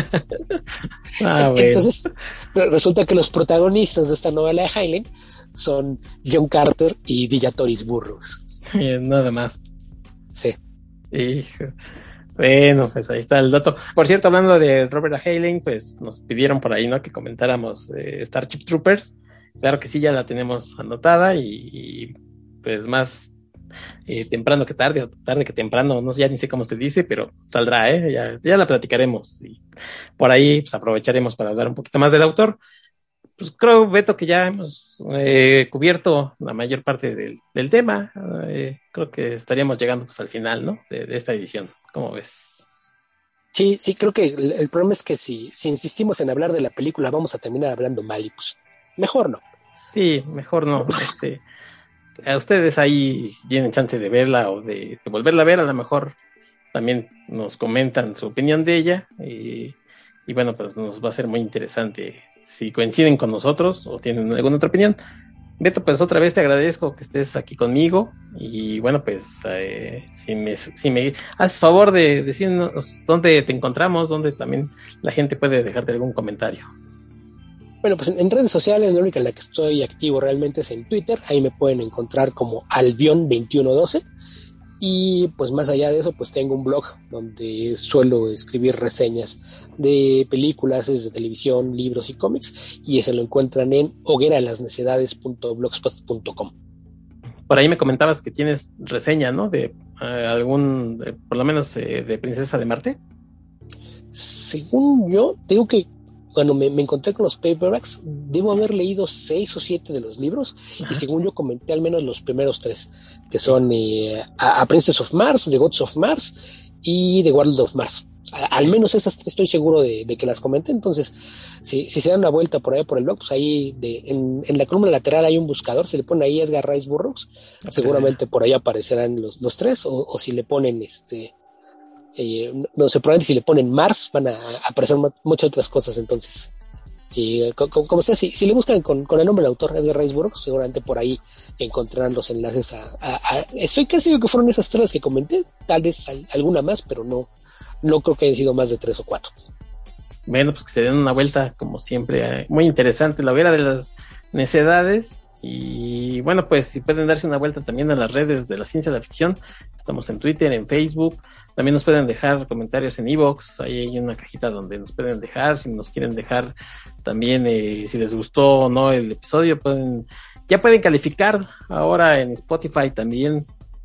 Entonces, resulta que los protagonistas de esta novela de Heinlein son John Carter y Dillatoris Burroughs. Nada más. Sí. Hijo. Bueno, pues ahí está el dato. Por cierto, hablando de Robert Heinlein, pues nos pidieron por ahí, ¿no?, que comentáramos Starship Troopers. Claro que sí, ya la tenemos anotada y pues más temprano que tarde, o tarde que temprano, no sé, ya ni sé cómo se dice, pero saldrá, ya la platicaremos, y por ahí pues aprovecharemos para hablar un poquito más del autor. Pues creo, Beto, que ya hemos cubierto la mayor parte del tema. Creo que estaríamos llegando pues al final, ¿no?, de esta edición. ¿Cómo ves? Sí, creo que el problema es que si insistimos en hablar de la película vamos a terminar hablando mal, y pues mejor no. Sí, mejor no. A ustedes ahí tienen chance de verla o de volverla a ver, a lo mejor también nos comentan su opinión de ella, y bueno, pues nos va a ser muy interesante si coinciden con nosotros o tienen alguna otra opinión. Beto, pues otra vez te agradezco que estés aquí conmigo, y bueno, pues si me haces favor de decirnos dónde te encontramos, dónde también la gente puede dejarte algún comentario. Bueno, pues en redes sociales la única en la que estoy activo realmente es en Twitter. Ahí me pueden encontrar como Albion2112. Y pues más allá de eso, pues tengo un blog donde suelo escribir reseñas de películas, de televisión, libros y cómics, y ese lo encuentran en hogueralasnecedades.blogspot.com. Por ahí me comentabas que tienes reseña, ¿no?, de por lo menos de Princesa de Marte. Según yo, tengo que cuando me encontré con los paperbacks, debo haber leído 6 o 7 de los libros. Ajá. Y según yo comenté al menos los primeros 3, que son A Princess of Mars, The Gods of Mars y The World of Mars. Al menos esas 3 estoy seguro de que las comenté. Entonces, si se dan una vuelta por ahí por el blog, pues ahí en la columna lateral hay un buscador. Si le ponen ahí Edgar Rice Burroughs, seguramente por ahí aparecerán los 3, o si le ponen no sé, probablemente si le ponen Mars van a aparecer muchas otras cosas. Entonces, como sea, si le buscan con el nombre del autor Edgar Rice Burroughs, seguramente por ahí encontrarán los enlaces estoy casi seguro que fueron esas 3 que comenté, tal vez alguna más, pero no creo que hayan sido más de 3 o 4. Bueno, pues que se den una vuelta, como siempre, muy interesante, la hoguera de las necedades. Y bueno, pues si pueden darse una vuelta también a las redes de la ciencia de la ficción, estamos en Twitter, en Facebook, también nos pueden dejar comentarios en iVoox, ahí hay una cajita donde nos pueden dejar, si nos quieren dejar también si les gustó o no el episodio, ya pueden calificar ahora en Spotify también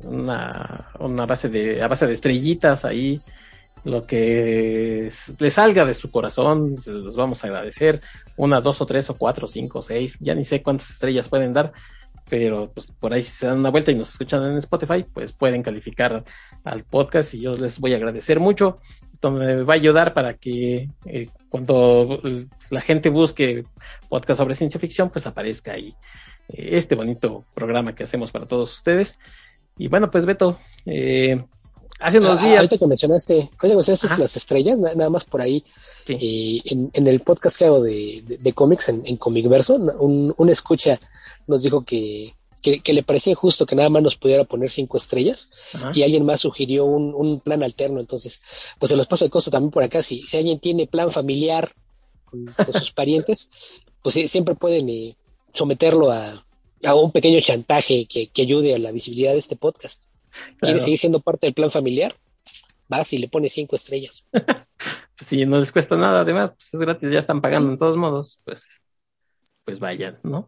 a base de estrellitas ahí. Lo que les salga de su corazón, se los vamos a agradecer. 1, 2 o 3 o 4, 5, 6, ya ni sé cuántas estrellas pueden dar, pero pues por ahí si se dan una vuelta y nos escuchan en Spotify, pues pueden calificar al podcast y yo les voy a agradecer mucho. Esto me va a ayudar para que cuando la gente busque podcast sobre ciencia ficción, pues aparezca ahí este bonito programa que hacemos para todos ustedes. Y bueno, pues Beto, hace unos días. Ahorita que mencionaste las estrellas, nada más por ahí, sí. En el podcast que hago de cómics en Comicverso, un escucha nos dijo que le parecía injusto que nada más nos pudiera poner 5 estrellas. Ajá. Y alguien más sugirió un plan alterno. Entonces, pues se los paso de costo también por acá. Si alguien tiene plan familiar con sus parientes, pues siempre pueden someterlo a un pequeño chantaje que ayude a la visibilidad de este podcast. Claro. ¿Quieres seguir siendo parte del plan familiar? Vas y le pones 5 estrellas. Pues si no les cuesta nada, además, pues es gratis, ya están pagando, sí. En todos modos, pues vayan, ¿no?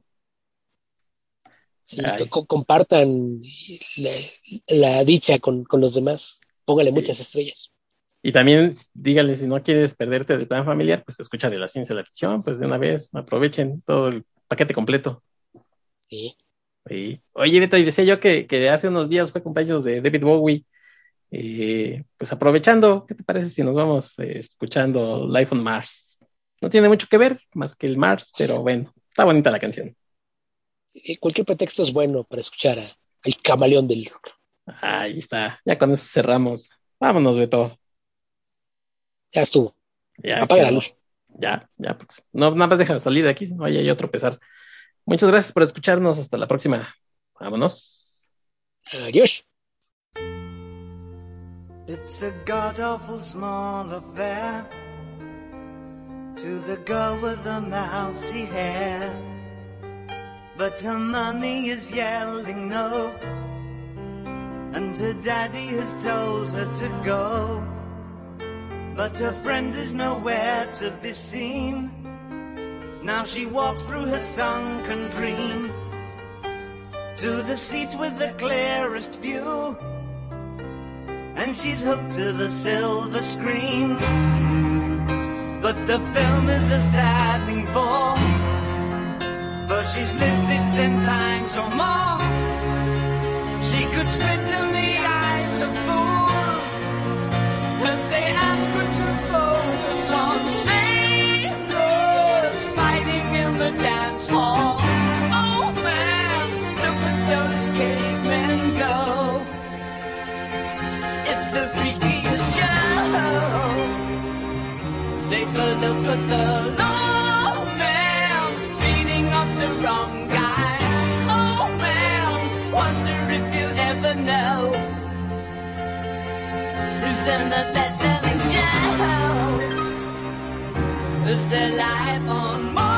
Sí, compartan la dicha con los demás. Póngale muchas estrellas. Y también díganle, si no quieres perderte del plan familiar, pues escucha de la ciencia de la ficción, pues de una vez, aprovechen todo el paquete completo. Sí. Sí. Oye, Beto, y decía yo que hace unos días fue cumpleaños de David Bowie. Pues aprovechando, ¿qué te parece si nos vamos escuchando Life on Mars? No tiene mucho que ver, más que el Mars, pero bueno, está bonita la canción. Cualquier pretexto es bueno para escuchar al camaleón del rock. Ahí está, ya con eso cerramos. Vámonos, Beto. Ya estuvo. Ya apaga quedó. la luz. Ya, pues, no, nada más deja salir de aquí, no hay otro pesar. Muchas gracias por escucharnos, hasta la próxima. Vámonos. Adiós. It's a god-awful small affair to the girl with the mousy hair, but her mommy is yelling no, and her daddy has told her to go, but her friend is nowhere to be seen. Now she walks through her sunken dream to the seat with the clearest view, and she's hooked to the silver screen. But the film is a saddening bore, for she's lived it 10 times or more. She could spit in the eyes of fools as they ask her to focus on sailors fighting in the dance hall. Oh man, look at those cavemen go. It's the freakiest show. Take a look at the low man beating up the wrong guy. Oh man, wonder if you'll ever know who's in the best-selling show. Is there life on Mars?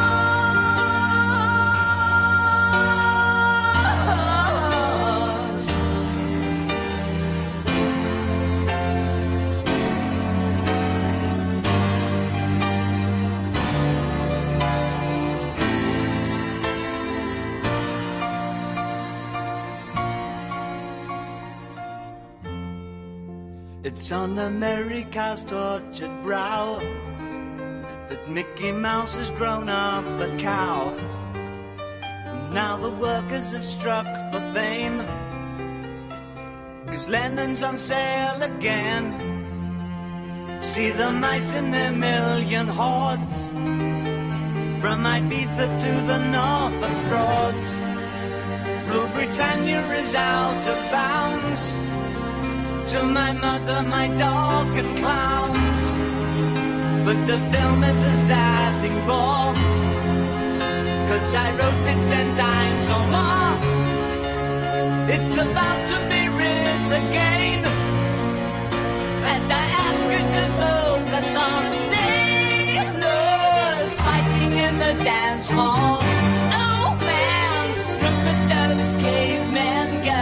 It's on America's tortured brow that Mickey Mouse has grown up a cow. Now the workers have struck for fame, 'cause Lennon's on sale again. See the mice in their million hordes, from Ibiza to the Norfolk Broads. Rule Britannia is out of bounds, to my mother, my dog and clowns. But the film is a sad thing more, 'cause I wrote it 10 times or more. It's about to be written again, as I ask her to focus on sailors fighting in the dance hall. Oh man, look at those cavemen go.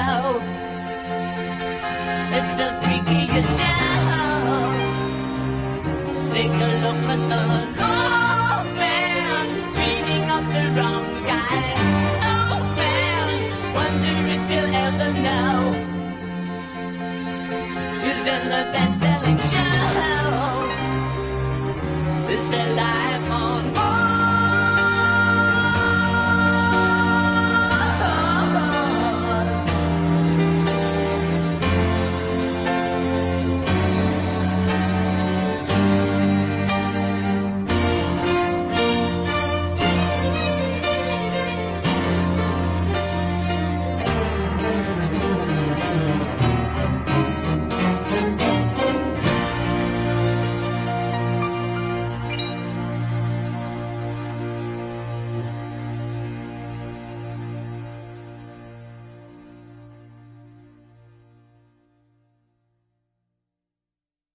It's the freakiest show. Take a look at the low man beating up the wrong guy. Oh man, wonder if you'll ever know who's in the best-selling show. Is there life on Mars?